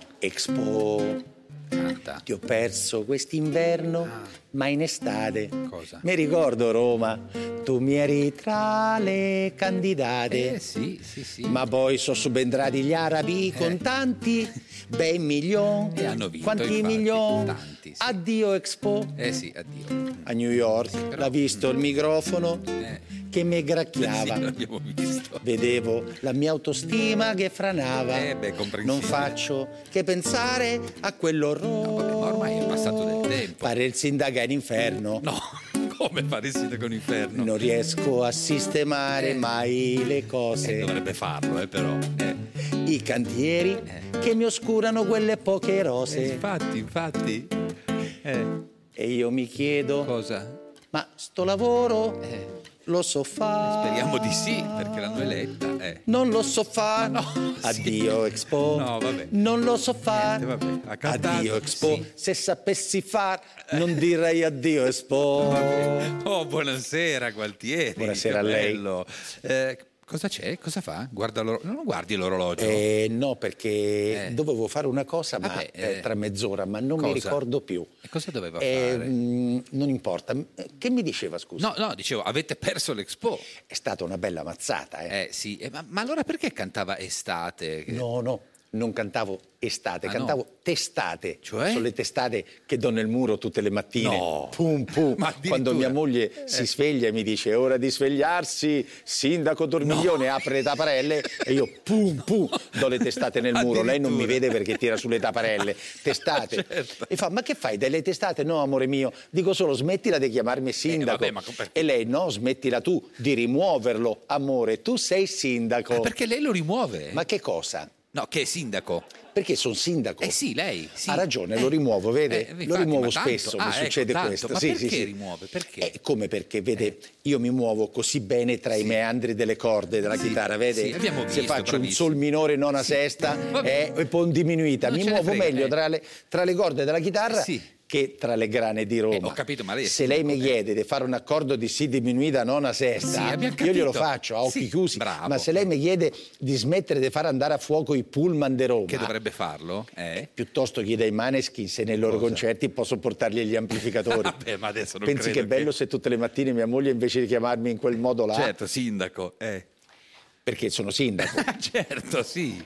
S16: Expo.
S4: Canta.
S16: Ti ho perso quest'inverno, ah. ma in estate.
S4: Cosa?
S16: Mi ricordo Roma, tu mi eri tra le candidate.
S4: Eh sì, sì, sì.
S16: Ma poi sono subentrati gli arabi eh. con tanti bei milioni.
S4: E hanno vinto.
S16: Quanti
S4: infatti,
S16: milioni?
S4: Tanti, sì.
S16: Addio Expo.
S4: Eh sì, addio.
S16: A New York, sì, però... l'ha visto il microfono
S4: eh.
S16: che mi gracchiava.
S4: Sì, l'abbiamo visto.
S16: Vedevo la mia autostima che franava.
S4: Eh beh,
S16: non faccio che pensare a quell'orrore.
S4: No, vabbè, ma ormai è passato del tempo.
S16: Fare il sindaco in inferno.
S4: No, come fare il sindaco in inferno?
S16: Non riesco a sistemare eh. mai le cose.
S4: Eh, dovrebbe farlo, eh, però. Eh.
S16: I cantieri eh. che mi oscurano quelle poche rose.
S4: Eh, infatti, infatti. Eh.
S16: E io mi chiedo...
S4: Cosa?
S16: Ma sto lavoro... Eh. Lo so fare.
S4: Speriamo di sì, perché l'hanno eletta. Eh.
S16: Non lo so fare.
S4: No,
S16: addio
S4: sì.
S16: Expo.
S4: No, vabbè.
S16: Non lo so fare.
S4: Niente, vabbè. Cantato,
S16: addio Expo.
S4: Sì.
S16: Se sapessi far, non direi addio Expo.
S4: Vabbè. Oh, buonasera Gualtieri.
S16: Buonasera a lei.
S4: Bello. Eh, cosa c'è? Cosa fa? Guarda l'or- non guardi l'orologio?
S16: Eh, no, perché eh. dovevo fare una cosa ma,
S4: vabbè,
S16: eh,
S4: eh.
S16: tra mezz'ora, ma non
S4: cosa?
S16: mi ricordo più.
S4: E cosa doveva
S16: eh,
S4: fare?
S16: Mh, non importa. Che mi diceva, scusa?
S4: No, no, dicevo, avete perso l'Expo.
S16: È stata una bella mazzata, eh.
S4: Eh sì, eh, ma, ma allora perché cantava estate?
S16: No, no. Non cantavo estate,
S4: ah,
S16: cantavo
S4: no.
S16: testate.
S4: Cioè?
S16: Sono le testate che do nel muro tutte le mattine.
S4: No.
S16: Pum, pum. Quando mia moglie
S4: eh.
S16: si sveglia e mi dice è ora di svegliarsi, sindaco Dormiglione, no. apre le taparelle e io pum, pum, do le testate nel muro. Lei non mi vede perché tira sulle taparelle. Testate.
S4: Certo.
S16: E fa, ma che fai, delle testate? No, amore mio, dico solo smettila di chiamarmi sindaco.
S4: Eh, vabbè, ma per...
S16: E lei, no, smettila tu di rimuoverlo, amore, tu sei sindaco.
S4: Ah, perché lei lo rimuove?
S16: Ma che cosa?
S4: No, che è sindaco?
S16: Perché sono sindaco.
S4: Eh sì, lei. Sì.
S16: Ha ragione,
S4: eh.
S16: lo rimuovo, vede?
S4: Eh, infatti,
S16: lo rimuovo
S4: tanto...
S16: spesso,
S4: ah,
S16: mi
S4: ecco,
S16: succede
S4: tanto.
S16: questo.
S4: Ma
S16: sì,
S4: perché
S16: sì, sì.
S4: rimuove? Perché?
S16: Eh, come perché, vede, eh. io mi muovo così bene tra sì. i meandri delle corde della
S4: sì.
S16: chitarra, vede?
S4: Sì, abbiamo visto,
S16: se faccio
S4: bravissimo.
S16: un sol minore nona sì. sesta eh, e poi diminuita,
S4: non
S16: mi muovo
S4: frega,
S16: meglio
S4: eh.
S16: tra, le, tra le corde della chitarra
S4: sì.
S16: che tra le grane di Roma.
S4: Eh, ho capito, ma lei
S16: se lei mi chiede di fare un accordo di si diminuita nona sesta,
S4: sì,
S16: io glielo faccio a occhi
S4: sì,
S16: chiusi.
S4: bravo.
S16: Ma se lei mi chiede di smettere di far andare a fuoco i pullman di Roma,
S4: che dovrebbe farlo? Eh?
S16: Eh, piuttosto chiede ai Maneskin se nei loro
S4: Cosa?
S16: concerti posso portargli gli amplificatori.
S4: Vabbè, ma adesso non
S16: pensi che è bello
S4: che...
S16: se tutte le mattine mia moglie invece di chiamarmi in quel modo là?
S4: Certo, sindaco. Eh.
S16: Perché sono sindaco.
S4: Certo, sì.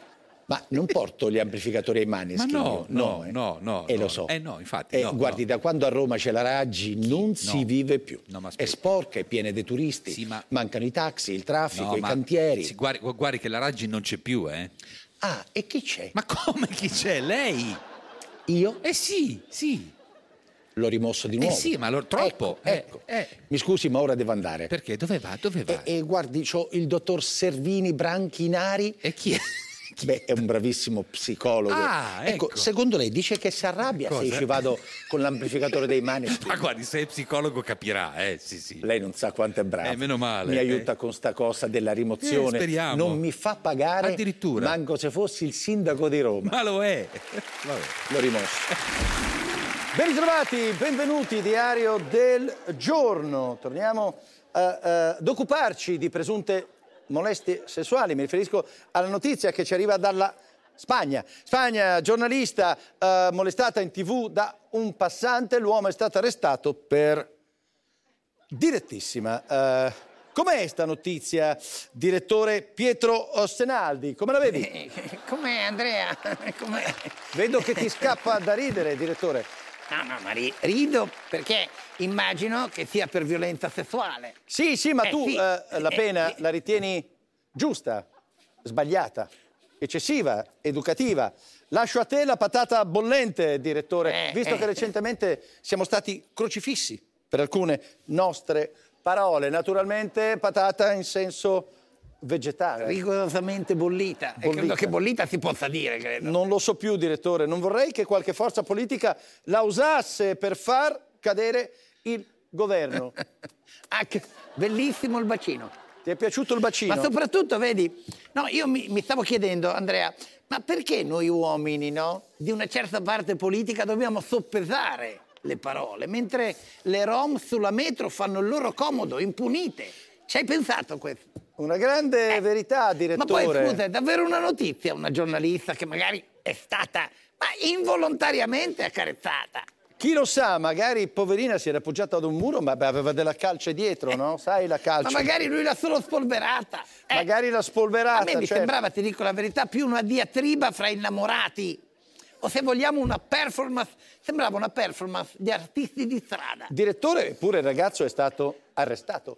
S16: Ma non porto gli amplificatori ai Maneskin.
S4: Ma no,
S16: io.
S4: no,
S16: eh.
S4: no, no.
S16: E
S4: no.
S16: lo so.
S4: Eh no, infatti.
S16: Eh,
S4: no,
S16: guardi,
S4: no.
S16: da quando a Roma c'è la Raggi non si
S4: No.
S16: vive più.
S4: No, ma
S16: è
S4: aspetta.
S16: sporca, è piena di turisti.
S4: Sì, ma-
S16: Mancano i taxi, il traffico,
S4: No,
S16: i
S4: ma-
S16: cantieri.
S4: sì, guardi, guardi che la Raggi non c'è più, eh.
S16: Ah, e chi c'è?
S4: Ma come chi c'è? Lei?
S16: Io?
S4: Eh sì, sì.
S16: L'ho rimosso di
S4: Eh
S16: nuovo.
S4: sì, ma lo- troppo.
S16: Ecco,
S4: eh, eh.
S16: Mi scusi, ma ora devo andare.
S4: Perché? Dove va? Dove va?
S16: E, e guardi, c'ho il dottor Servini Branchinari.
S4: E chi è?
S16: Beh, è un bravissimo psicologo.
S4: Ah, ecco.
S16: Secondo lei dice che si arrabbia
S4: Cosa?
S16: se io ci vado con l'amplificatore dei Maneskin?
S4: Ma guardi, se è psicologo capirà, eh, sì, sì.
S16: Lei non sa quanto è bravo.
S4: Eh, meno male.
S16: Mi
S4: eh.
S16: aiuta con sta cosa della rimozione.
S4: Eh, speriamo.
S16: Non mi fa pagare.
S4: Addirittura.
S16: Manco se fossi il sindaco di Roma.
S4: Ma lo è. Vabbè.
S16: L'ho rimosso. Ben ritrovati, benvenuti, diario del giorno. Torniamo a, a, ad occuparci di presunte molestie sessuali. Mi riferisco alla notizia che ci arriva dalla Spagna. Spagna, giornalista eh, molestata in tv da un passante. L'uomo è stato arrestato per direttissima. Eh, com'è sta notizia, direttore Pietro Senaldi? Come la vedi?
S17: Eh, com'è, Andrea? Com'è?
S16: Vedo che ti scappa da ridere, direttore.
S17: No, no, ma ri- rido perché immagino che sia per violenza sessuale.
S16: Sì, sì, ma
S17: Eh,
S16: tu
S17: sì.
S16: eh, la
S17: Eh,
S16: pena
S17: eh,
S16: la ritieni giusta, sbagliata, eccessiva, educativa. Lascio a te la patata bollente, direttore,
S17: Eh,
S16: visto
S17: eh.
S16: che recentemente siamo stati crocifissi per alcune nostre parole. Naturalmente patata in senso vegetale.
S17: rigorosamente bollita. E credo
S16: Bollita.
S17: che bollita si possa dire, credo.
S16: Non lo so più, direttore. Non vorrei che qualche forza politica la usasse per far cadere il governo.
S17: Ah, che bellissimo il bacino.
S16: Ti è piaciuto il bacino?
S17: Ma soprattutto, vedi, no, io mi, mi stavo chiedendo, Andrea, ma perché noi uomini, no, di una certa parte politica dobbiamo soppesare le parole, mentre le rom sulla metro fanno il loro comodo, impunite? Ci hai pensato a questo?
S16: Una grande verità,
S17: Ma
S16: direttore.
S17: poi, scusa, è davvero una notizia, una giornalista che magari è stata, ma involontariamente accarezzata.
S16: Chi lo sa, magari poverina si era appoggiata ad un muro, ma beh, aveva della calce dietro, no? Sai la calce.
S17: Ma magari lui l'ha solo spolverata. Eh,
S16: Magari l'ha spolverata.
S17: a me mi
S16: certo.
S17: sembrava, ti dico la verità, più una diatriba fra innamorati. O se vogliamo una performance, sembrava una performance di artisti di strada.
S16: Direttore, eppure il ragazzo è stato arrestato.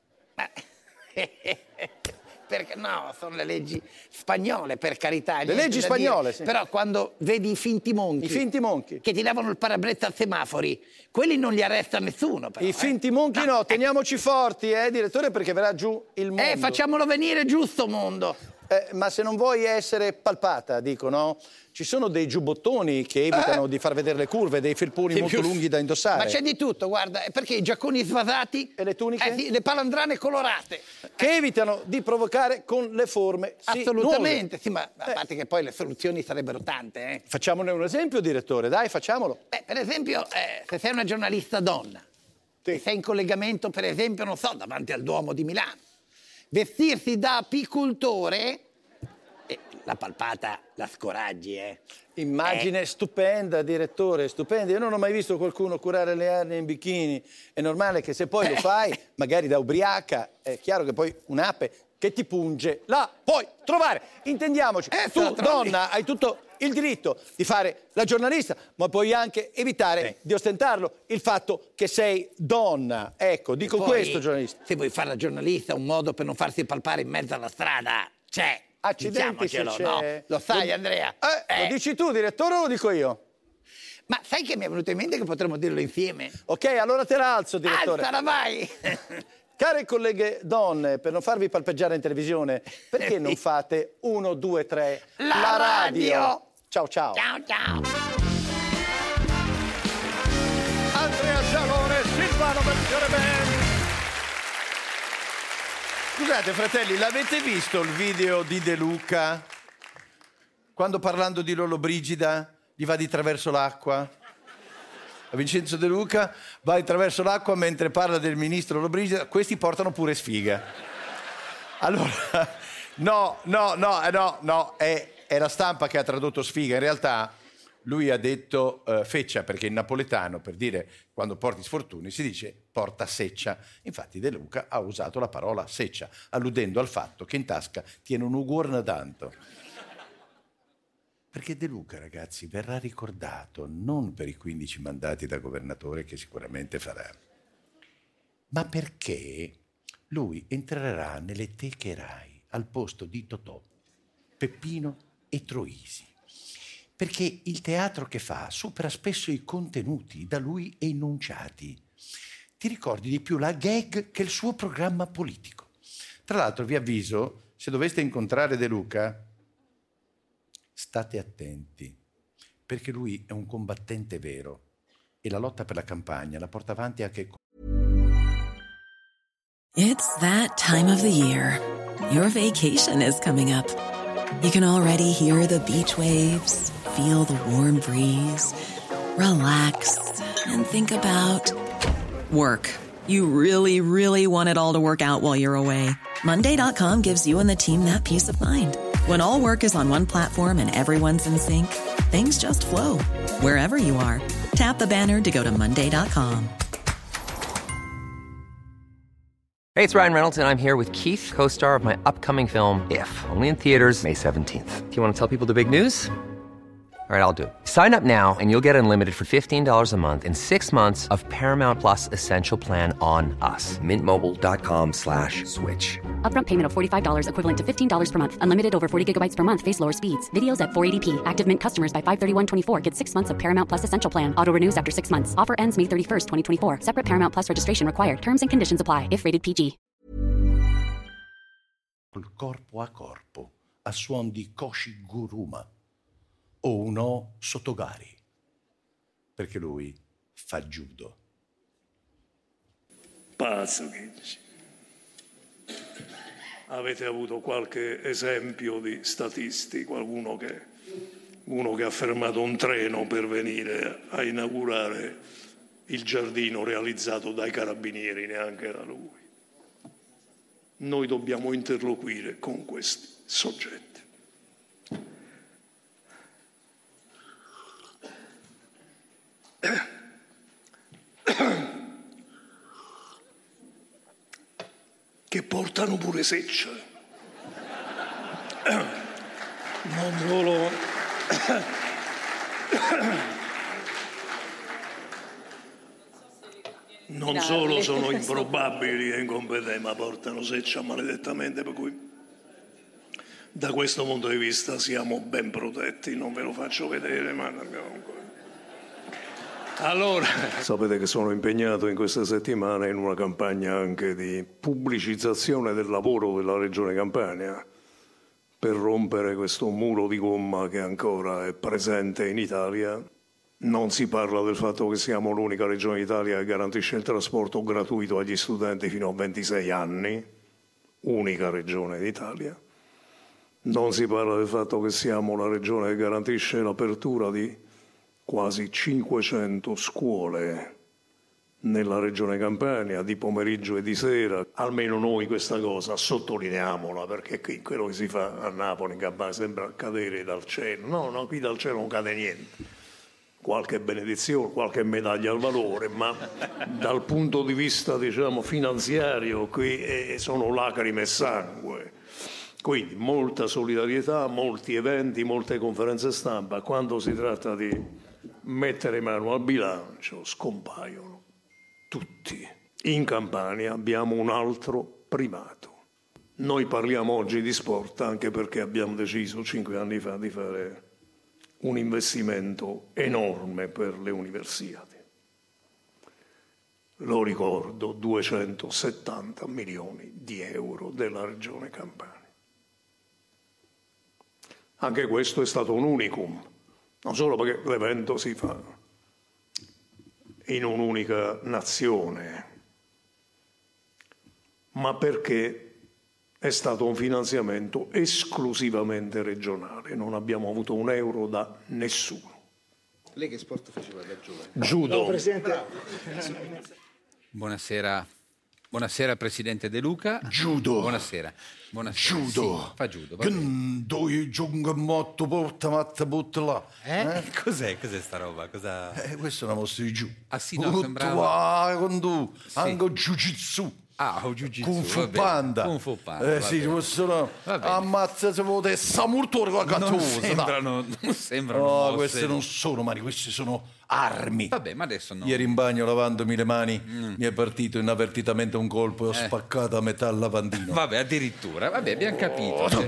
S17: Perché no, sono le leggi spagnole, per carità.
S16: Le
S17: niente
S16: leggi
S17: da
S16: spagnole,
S17: dire.
S16: sì.
S17: Però quando vedi i finti monchi,
S16: I finti monchi.
S17: che ti davano il parabrezza al semafori, quelli non li arresta nessuno. Però,
S16: I
S17: eh.
S16: finti monchi no, teniamoci forti, eh, direttore, perché verrà giù il mondo.
S17: Eh, facciamolo venire giusto mondo.
S16: Eh, ma se non vuoi essere palpata, dico, no? Ci sono dei giubbottoni che evitano
S17: Eh.
S16: di far vedere le curve, dei felponi
S17: Sì,
S16: molto
S17: più-
S16: lunghi da indossare.
S17: Ma c'è di tutto, guarda, è perché i giacconi svasati
S16: E le tuniche?
S17: eh sì, le palandrane colorate.
S16: Che evitano di provocare con le forme
S17: Assolutamente,
S16: sinuose.
S17: sì, ma a
S16: Eh.
S17: parte che poi le soluzioni sarebbero tante, eh.
S16: Facciamone un esempio, direttore, dai, facciamolo.
S17: Beh, per esempio, eh, se sei una giornalista donna, e sei in collegamento, per esempio, non so, davanti al Duomo di Milano, vestirsi da apicultore, eh, la palpata la scoraggi, eh.
S16: Immagine stupenda, direttore, stupenda. Io non ho mai visto qualcuno curare le arnie in bikini. È normale che se poi lo fai, magari da ubriaca, è chiaro che poi un'ape che ti punge la puoi trovare. Intendiamoci,
S17: Eh, se
S16: tu
S17: la trovi.
S16: donna hai tutto il diritto di fare la giornalista, ma puoi anche evitare di ostentarlo il fatto che sei donna. Ecco, dico
S17: Poi,
S16: questo, giornalista.
S17: Se vuoi fare la giornalista, un modo per non farsi palpare in mezzo alla strada c'è.
S16: Accidenti se
S17: Diciamocelo,
S16: c'è.
S17: no? Lo sai,
S16: Lo-
S17: Andrea?
S16: Eh, lo dici tu, direttore, o lo dico io?
S17: Ma sai che mi è venuto in mente che potremmo dirlo insieme?
S16: Ok, allora te la alzo, direttore.
S17: Alzala, vai!
S16: Care colleghe donne, per non farvi palpeggiare in televisione, perché non fate uno, due, tre
S17: La radio!
S16: Ciao ciao.
S17: Ciao, ciao!
S9: Andrea Gialone, Silvano Melchiorre Band. Scusate fratelli, l'avete visto il video di De Luca? Quando parlando di Lollobrigida gli va di traverso l'acqua? A Vincenzo De Luca va di traverso l'acqua mentre parla del ministro Lollobrigida. Questi portano pure sfiga. Allora, no, no, no, eh, no, no, è, è la stampa che ha tradotto sfiga. In realtà lui ha detto eh, feccia, perché in napoletano, per dire quando porti sfortuni, si dice porta seccia. Infatti De Luca ha usato la parola seccia, alludendo al fatto che in tasca tiene un uguorno tanto. Perché De Luca, ragazzi, verrà ricordato non per i quindici mandati da governatore che sicuramente farà, ma perché lui entrerà nelle teche Rai al posto di Totò, Peppino e Troisi. Perché il teatro che fa supera spesso i contenuti da lui enunciati. Ti ricordi di più la gag che il suo programma politico. Tra l'altro vi avviso, se doveste incontrare De Luca, state attenti, perché lui è un combattente vero e la lotta per la campagna la porta avanti anche con...
S18: It's that time of the year. Your vacation is coming up. You can already hear the beach waves, feel the warm breeze, relax and think about work. You really, really want it all to work out while you're away. Monday dot com gives you and the team that peace of mind. When all work is on one platform and everyone's in sync, things just flow. Wherever you are, tap the banner to go to Monday dot com.
S2: Hey, it's Ryan Reynolds, and I'm here with Keith, co-star of my upcoming film, If, only in theaters May seventeenth. Do you want to tell people the big news? All right, I'll do it. Sign up now and you'll get unlimited for fifteen dollars a month and six months of Paramount Plus Essential Plan on us. Mint Mobile dot com slash switch.
S3: Upfront payment of forty-five dollars equivalent to fifteen dollars per month. Unlimited over forty gigabytes per month. Face lower speeds. Videos at four eighty p. Active Mint customers by five thirty-one twenty-four get six months of Paramount Plus Essential Plan. Auto renews after six months. Offer ends May thirty-first, twenty twenty-four. Separate Paramount Plus registration required. Terms and conditions apply if rated P G.
S9: Corpo a corpo, a suon di Koshi Guruma o Uno Sotogari, perché lui fa judo.
S19: Pazzo che dici. Avete avuto qualche esempio di statisti, qualcuno che, uno che ha fermato un treno per venire a inaugurare il giardino realizzato dai carabinieri, neanche da lui. Noi dobbiamo interloquire con questi soggetti. Che portano pure seccia. Non solo non solo sono improbabili e incompetenti, ma portano seccia maledettamente, per cui da questo punto di vista siamo ben protetti. Non ve lo faccio vedere, ma abbiamo ancora. Allora, sapete che sono impegnato in queste settimane in una campagna anche di pubblicizzazione del lavoro della Regione Campania per rompere questo muro di gomma che ancora è presente in Italia. Non si parla del fatto che siamo l'unica regione d'Italia che garantisce il trasporto gratuito agli studenti fino a ventisei anni, unica regione d'Italia. Non si parla del fatto che siamo la regione che garantisce l'apertura di quasi cinquecento scuole nella regione Campania, di pomeriggio e di sera. Almeno noi questa cosa sottolineiamola, perché qui quello che si fa a Napoli, in Campania, sembra cadere dal cielo. No, no, qui dal cielo non cade niente. Qualche benedizione, qualche medaglia al valore, ma dal punto di vista, diciamo, finanziario qui sono lacrime e sangue. Quindi molta solidarietà, molti eventi, molte conferenze stampa. Quando si tratta di mettere mano al bilancio scompaiono tutti. In Campania abbiamo un altro primato. Noi parliamo oggi di sport anche perché abbiamo deciso cinque anni fa di fare un investimento enorme per le Universiadi. Lo ricordo, duecentosettanta milioni di euro della Regione Campania. Anche questo è stato un unicum, non solo perché l'evento si fa in un'unica nazione, ma perché è stato un finanziamento esclusivamente regionale, non abbiamo avuto un euro da nessuno.
S20: Lei che sport faceva da giovane?
S19: Judo.
S20: No, Presidente.
S4: Buonasera. Buonasera Presidente De Luca.
S9: Judo.
S4: Buonasera. Buonasera.
S9: Judo.
S4: Sì, fa judo.
S9: Che due giunga motto porta matta butta là.
S4: Eh? eh? Cos'è? Cos'è sta roba? Cosa...
S9: Eh, questa è una mossa di giù.
S4: Ah sì, no, sembrava...
S9: Con tu,
S4: sì.
S9: anche jiu-jitsu.
S4: Ah, o Jiu-Jitsu.
S16: Kung Fu
S4: vabbè.
S16: Panda.
S4: Kung Fu Panda.
S16: Eh sì, ci sono ammazza se volete samurtore con la
S4: Non
S16: gattosa.
S4: sembrano, non sembrano
S16: No,
S4: mosse.
S16: queste non sono mani, queste sono armi.
S4: Vabbè, ma adesso no.
S16: Ieri in bagno lavandomi le mani
S4: Mm.
S16: mi è partito inavvertitamente un colpo e ho
S4: Eh.
S16: spaccato a metà il lavandino.
S4: Vabbè, addirittura. Vabbè, abbiamo capito. Cioè,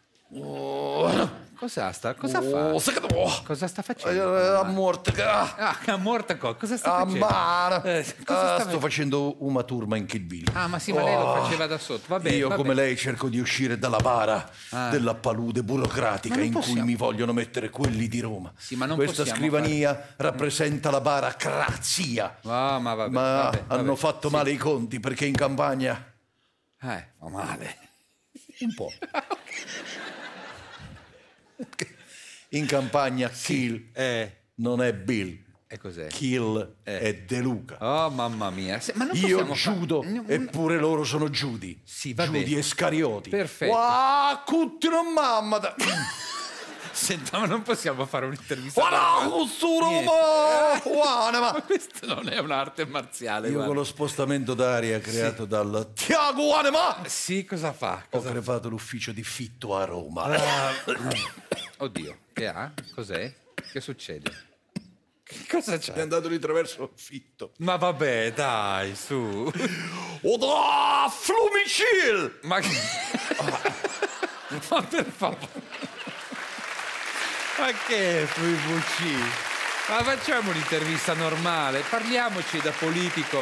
S4: cosa sta? Cosa
S16: Oh,
S4: fa?
S16: oh.
S4: Cosa sta
S16: Eh,
S4: facendo?
S16: A morte. Ah,
S4: Ah, è morta cosa? Cosa sta
S16: a
S4: facendo?
S16: mano.
S4: Eh, cosa
S16: Ah,
S4: sta
S16: sto facendo una turma in Kill Bill.
S4: Ah, ma sì, ma lei lo
S16: Oh.
S4: faceva da sotto. Vabbè,
S16: Io
S4: vabbè.
S16: come lei cerco di uscire dalla bara
S4: Ah.
S16: della palude burocratica
S4: Ma non
S16: in cui
S4: possiamo.
S16: mi vogliono mettere quelli di Roma.
S4: Sì, ma non
S16: Questa
S4: possiamo
S16: scrivania rappresenta la bara Crazia.
S4: Ah, ma vabbè,
S16: ma
S4: vabbè, vabbè.
S16: hanno fatto
S4: Sì.
S16: male i conti perché in campagna
S4: Eh, fa male. Un po'.
S16: in campagna Kill
S4: Eh.
S16: non è Bill.
S4: E cos'è?
S16: Kill
S4: Eh.
S16: è De Luca.
S4: Oh, mamma mia. Se- ma non
S16: Io
S4: possiamo fa-
S16: Giudo,
S4: No,
S16: eppure loro sono Giudi.
S4: Sì, vabbè.
S16: Giudi Iscarioti.
S4: Perfetto.
S16: Wow, cuttino mamma. da-
S4: Senta, ma non possiamo fare un'intervista.
S16: Guarda, questo
S4: Niente.
S16: Roma! Guarda, ma-
S4: Ma questo non è un'arte marziale.
S16: Io
S4: guarda.
S16: con lo spostamento d'aria creato dal Tiago Anema
S4: Sì, cosa fa?
S16: ho
S4: Cosa
S16: creato l'ufficio di Fitto a Roma.
S4: Ah, oddio, che ha? Cos'è? Che succede? Che cosa c'è?
S16: È andato di traverso Fitto.
S4: Ma vabbè, dai, su.
S16: O da Flumicil!
S4: Ma che... Ma per favore. Ma che è F V C? Ma facciamo un'intervista normale, parliamoci da politico.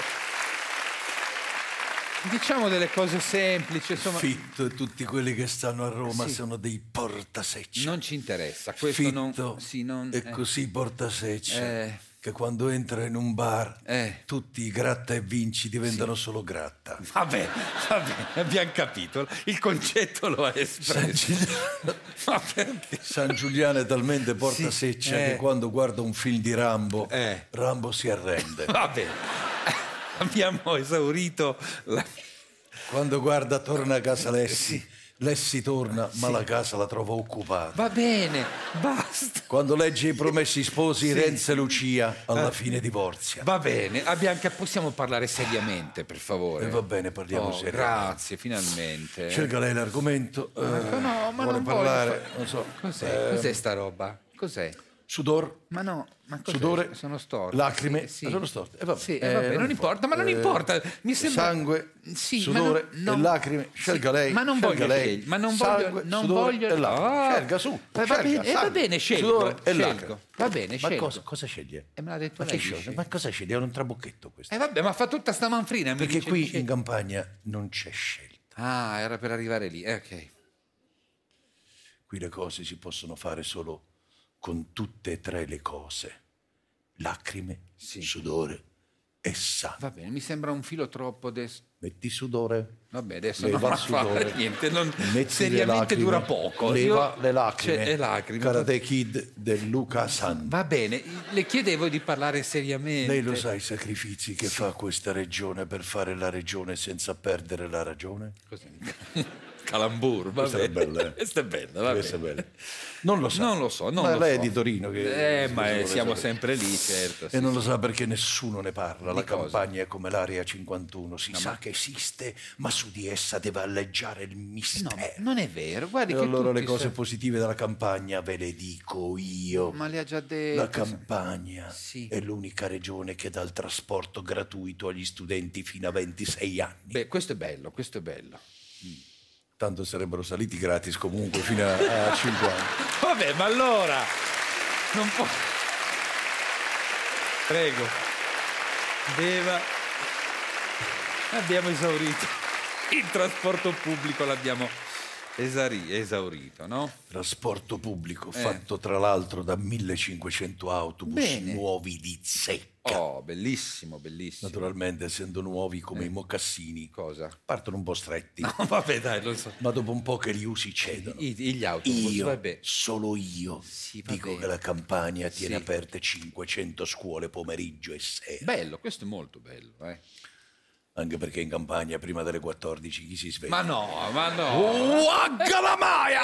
S4: Diciamo delle cose semplici, insomma.
S16: Fitto e tutti quelli che stanno a Roma
S4: Sì.
S16: sono dei portasecce.
S4: Non ci interessa, questo
S16: Fitto
S4: non... Sì, non...
S16: è
S4: eh.
S16: così portasecce
S4: Eh.
S16: che quando entra in un bar
S4: Eh.
S16: tutti i gratta e vinci diventano solo gratta.
S4: Vabbè, vabbè, abbiamo capito. Il concetto lo ha espresso. Ma perché?
S16: San Giuliano è talmente portaseccia
S4: eh.
S16: che quando guarda un film di Rambo,
S4: Eh.
S16: Rambo si arrende.
S4: Vabbè, abbiamo esaurito la...
S16: Quando guarda torna a casa Lessi, Lessi torna, ma la casa la trova occupata.
S4: Va bene, basta.
S16: Quando legge i Promessi Sposi,
S4: Sì.
S16: Renzo e Lucia, alla
S4: Eh.
S16: fine divorzia.
S4: Va bene, abbiamo che possiamo parlare seriamente, per favore.
S16: E va bene, parliamo
S4: Oh,
S16: seriamente.
S4: Grazie, finalmente.
S16: Scelga lei l'argomento. eh,
S4: Ma no, ma
S16: vuole
S4: non
S16: parlare,
S4: voglio fa-
S16: non so.
S4: Cos'è?
S16: eh,
S4: Cos'è sta roba? Cos'è?
S16: Sudor,
S4: Ma no, ma cos'è?
S16: Sudore,
S4: sono storte.
S16: lacrime,
S4: Sì, sì.
S16: sono storte. E vabbè,
S4: Sì,
S16: eh,
S4: eh, vabbè, non importa, ma non
S16: Eh,
S4: importa. Mi sembra...
S16: Sangue,
S4: Sì, ma
S16: sudore
S4: non- non-
S16: e lacrime. Scelga
S4: Sì,
S16: lei.
S4: ma non
S16: scelga
S4: voglio
S16: lei.
S4: scegliere, ma non voglio-
S16: Sangue,
S4: non
S16: sudore
S4: voglio-
S16: e lacrime.
S4: Ah.
S16: Scelga su.
S4: Eh, va
S16: scelga,
S4: bene, eh, va
S16: sangue,
S4: bene, scelgo,
S16: Sudore e
S4: scelgo.
S16: lacrime.
S4: Va bene,
S16: Ma
S4: scelgo.
S16: cosa, cosa sceglie?
S4: E me l'ha detto
S16: Ma,
S4: lei.
S16: che
S4: di
S16: sceglie? Ma cosa sceglie? È un trabocchetto questo.
S4: Eh vabbè, ma fa tutta sta manfrina. mi
S16: Perché
S4: dice
S16: qui
S4: di scegliere.
S16: in campagna non c'è scelta.
S4: Ah, era per arrivare lì. Eh, ok.
S16: Qui le cose si possono fare solo con tutte e tre le cose. Lacrime, sudore e sangue.
S4: Va bene, mi sembra un filo troppo adesso.
S16: Metti sudore.
S4: Vabbè, adesso
S16: Leva
S4: non va a
S16: il sudore.
S4: fare niente. Non...
S16: Metti le
S4: Seriamente
S16: lacrime,
S4: dura poco.
S16: Leva
S4: Io-
S16: le lacrime.
S4: Cioè, le lacrime.
S16: Karate Kid del Luca San.
S4: Va bene, le chiedevo di parlare seriamente.
S16: Lei lo sa i sacrifici che fa questa regione per fare la regione senza perdere la ragione?
S4: Così. Calambur, va
S16: Questa è
S4: bene.
S16: bella, eh?
S4: Questa è bella, va
S16: Questa è
S4: bene.
S16: bella. Non lo sa.
S4: Non lo so, non
S16: ma
S4: lo
S16: lei
S4: so.
S16: è di Torino. Che
S4: Eh, ma
S16: cosa
S4: eh,
S16: vuole
S4: siamo
S16: sapere?
S4: sempre lì, certo.
S16: E
S4: sì,
S16: non lo
S4: sì.
S16: sa perché nessuno ne parla.
S4: Di
S16: La
S4: cosa?
S16: campagna è come l'area cinquantuno. Si
S4: No,
S16: sa
S4: ma-
S16: che esiste, ma su di essa deve alleggiare il mistero.
S4: No, non è vero, guardi
S16: E
S4: che
S16: allora le
S4: tutti
S16: cose
S4: sa-
S16: positive della campagna ve le dico io.
S4: Ma le ha già detto.
S16: La campagna
S4: Sì.
S16: è l'unica regione che dà il trasporto gratuito agli studenti fino a ventisei anni.
S4: Beh, questo è bello, questo è bello.
S16: Tanto sarebbero saliti gratis comunque fino a, a cinque anni.
S4: Vabbè, ma allora non può. Prego. Beva. Abbiamo esaurito. Il trasporto pubblico l'abbiamo esari- esaurito, no?
S16: Trasporto pubblico
S4: Eh.
S16: fatto tra l'altro da millecinquecento autobus
S4: Bene.
S16: nuovi di zecca.
S4: Oh, bellissimo, bellissimo.
S16: Naturalmente, essendo nuovi come
S4: Eh.
S16: i mocassini,
S4: Cosa?
S16: partono un po' stretti,
S4: No, vabbè, dai, lo so.
S16: ma dopo un po' che li usi cedono.
S4: I- gli autobus,
S16: Io,
S4: vabbè.
S16: solo io,
S4: Sì, va
S16: dico
S4: bene.
S16: che la Campania tiene
S4: Sì.
S16: aperte cinquecento scuole pomeriggio e sera.
S4: Bello, questo è molto bello, eh.
S9: Anche perché in campagna prima delle quattordici chi si sveglia?
S4: Ma no, ma no.
S9: Uaggalamaya!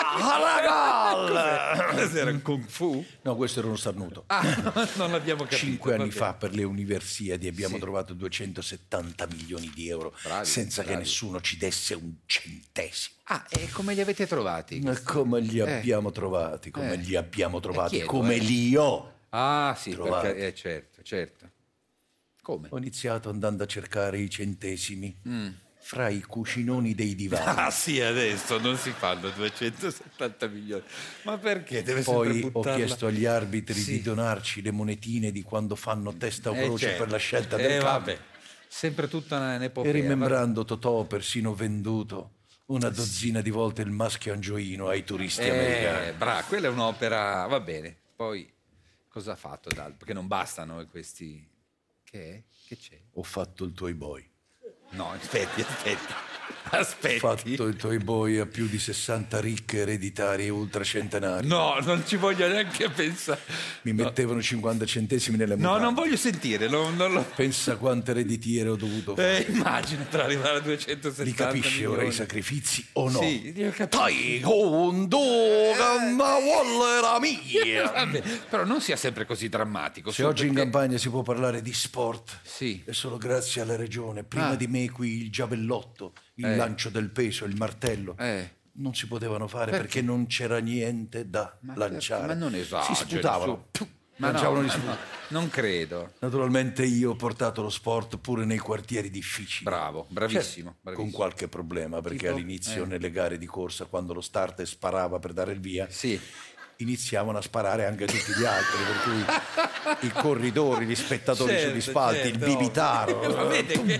S9: Alla
S4: Cos'era un kung fu?
S9: No, questo era uno starnuto.
S4: Ah, non l'abbiamo capito.
S9: Cinque anni
S4: vabbè.
S9: fa per le Universiadi abbiamo
S4: Sì.
S9: trovato duecentosettanta milioni di euro
S4: Bravi,
S9: senza
S4: bravi.
S9: che nessuno ci desse un centesimo.
S4: Ah, e come li avete trovati?
S9: Ma come li
S4: Eh.
S9: abbiamo trovati? Come
S4: Eh.
S9: li abbiamo trovati?
S4: chiedo,
S9: come
S4: eh.
S9: li ho
S4: Ah, sì,
S9: trovati.
S4: perché eh, certo, certo. Come?
S9: Ho iniziato andando a cercare i centesimi
S4: Mm.
S9: fra i cuscinoni dei divani.
S4: Ah sì, adesso non si fanno duecentosettanta milioni. Ma perché deve
S9: Poi
S4: sempre
S9: ho
S4: buttarla?
S9: chiesto agli arbitri
S4: Sì.
S9: di donarci le monetine di quando fanno testa o
S4: Eh,
S9: croce
S4: certo.
S9: per la scelta
S4: Eh,
S9: del campo.
S4: vabbè. Sempre tutta una- un'epopea.
S9: E rimembrando Totò, ho persino venduto una dozzina di volte il maschio angioino ai turisti
S4: Eh,
S9: americani.
S4: bravo, quella è un'opera, va bene. Poi cosa ha fatto Dal? Perché non bastano questi. Che è? Che c'è?
S9: Ho fatto il Toy Boy.
S4: No, aspetti, aspetti.
S9: Ho
S4: Aspetti.
S9: fatto il Toy Boy a più di sessanta ricche ereditarie ultracentenarie.
S4: No, non ci voglio neanche pensare.
S9: Mi mettevano cinquanta centesimi nelle
S4: No,
S9: mutande.
S4: non voglio sentire. Non, non lo...
S9: Pensa quante ereditiere ho dovuto fare.
S4: Eh, immagina per arrivare a duecentosettanta
S9: Li capisci
S4: milioni.
S9: ora i sacrifici o no?
S4: Sì, io capisco.
S9: Dai, con tu, che ma vuole la mia.
S4: Vabbè, però non sia sempre così drammatico.
S9: Se
S4: su,
S9: oggi in
S4: perché-
S9: campagna si può parlare di sport,
S4: Sì.
S9: è solo grazie alla regione. Prima
S4: Ah.
S9: di me qui il giavellotto, il
S4: Eh.
S9: lancio del peso, il martello.
S4: Eh.
S9: Non si potevano fare
S4: Perché?
S9: perché, non c'era niente da
S4: Ma
S9: lanciare.
S4: per- ma non esageri,
S9: Si sputavano.
S4: su.
S9: Puh,
S4: Ma no,
S9: lanciavano gli
S4: ma
S9: sputi.
S4: no, non credo.
S9: Naturalmente io ho portato lo sport pure nei quartieri difficili.
S4: Bravo, bravissimo,
S9: Certo,
S4: bravissimo.
S9: con qualche problema, perché
S4: Tipo?
S9: all'inizio
S4: Eh.
S9: nelle gare di corsa, quando lo starter sparava per dare il via,
S4: Sì.
S9: iniziavano a sparare anche tutti gli altri, per cui i corridori, gli spettatori
S4: Certo,
S9: sugli spalti,
S4: certo,
S9: il bibitaro.
S4: ovvio. Ma vede che-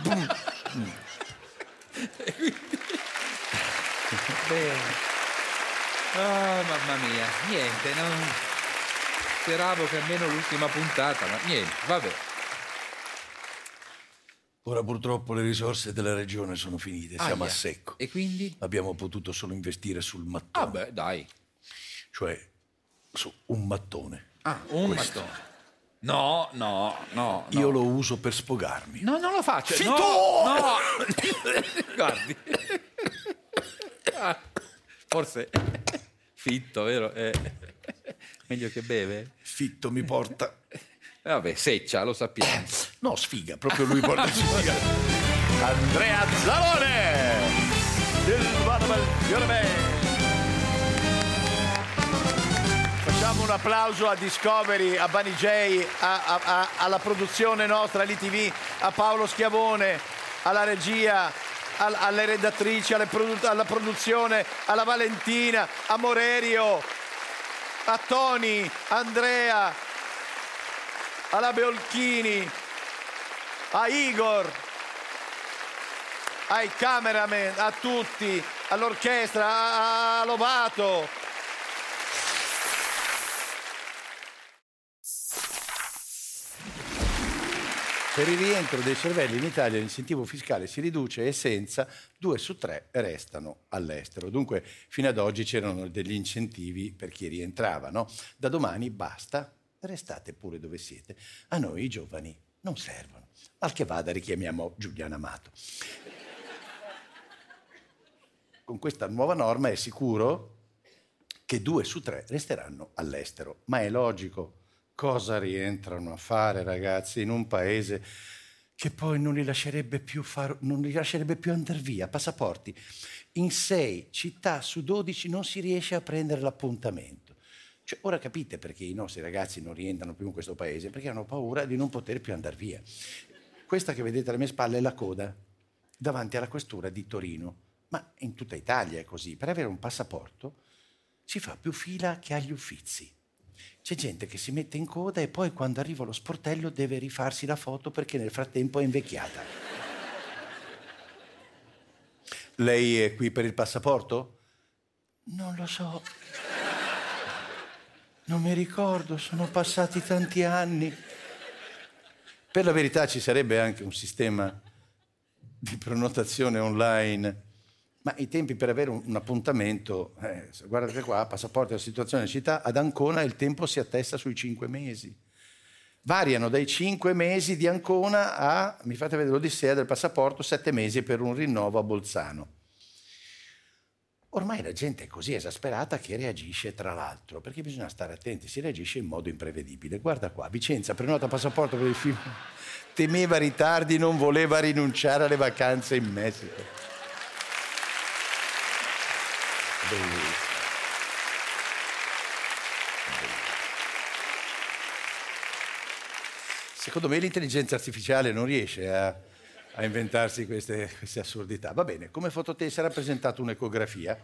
S4: Bene. Ah, mamma mia, niente, non... speravo che almeno l'ultima puntata, ma niente, vabbè.
S9: Ora purtroppo le risorse della regione sono finite, siamo
S4: Aia.
S9: a secco.
S4: E quindi?
S9: Abbiamo potuto solo investire sul mattone.
S4: Ah beh, dai.
S9: Cioè su un mattone.
S4: Ah, un
S9: Questo.
S4: mattone. No, no, no, no.
S9: Io lo uso per spogarmi.
S4: No, non lo faccio.
S9: Fitto!
S4: No, no. Guardi. Ah, forse Fitto, vero? Eh, meglio che beve.
S9: Fitto mi porta.
S4: Eh, vabbè, seccia, lo sappiamo.
S9: No, sfiga, proprio lui porta sfiga. Andrea Zalone! Silvano Belfiore.
S16: Facciamo un applauso a Discovery, a Bunny J, a- a- a- alla produzione nostra, all'I T V, a Paolo Schiavone, alla regia, al- alle redattrici, alle produ- alla produzione, alla Valentina, a Morerio, a Tony, Andrea, alla Beolchini, a Igor, ai cameraman, a tutti, all'orchestra, a, a Lovato. Per il rientro dei cervelli in Italia l'incentivo fiscale si riduce e senza due su tre restano all'estero. Dunque fino ad oggi c'erano degli incentivi per chi rientrava, no? Da domani basta, restate pure dove siete. A noi i giovani non servono. Mal che vada richiamiamo Giuliano Amato. Con questa nuova norma è sicuro che due su tre resteranno all'estero. Ma è logico. Cosa rientrano a fare, ragazzi, in un paese che poi non li lascerebbe più far, non li lascerebbe più andare via? Passaporti. In sei città su dodici non si riesce a prendere l'appuntamento. Cioè, ora capite perché i nostri ragazzi non rientrano più in questo paese? Perché hanno paura di non poter più andare via. Questa che vedete alle mie spalle è la coda davanti alla questura di Torino. Ma in tutta Italia è così. Per avere un passaporto si fa più fila che agli Uffizi. C'è gente che si mette in coda e poi quando arriva allo sportello deve rifarsi la foto perché nel frattempo è invecchiata. Lei è qui per il passaporto? Non lo so. Non mi ricordo, sono passati tanti anni. Per la verità ci sarebbe anche un sistema di prenotazione online, ma i tempi per avere un, un appuntamento, eh, guardate qua, passaporto della situazione in città, ad Ancona il tempo si attesta sui cinque mesi. variano dai cinque mesi di Ancona a, mi fate vedere l'Odissea del passaporto, sette mesi per un rinnovo a Bolzano. Ormai la gente è così esasperata che reagisce, tra l'altro, perché bisogna stare attenti, si reagisce in modo imprevedibile. Guarda qua, Vicenza prenota passaporto per il film, temeva ritardi, non voleva rinunciare alle vacanze in Messico. Bellissimo. Secondo me l'intelligenza artificiale non riesce a, a inventarsi queste, queste assurdità. Va bene, come fototessera ha presentato un'ecografia.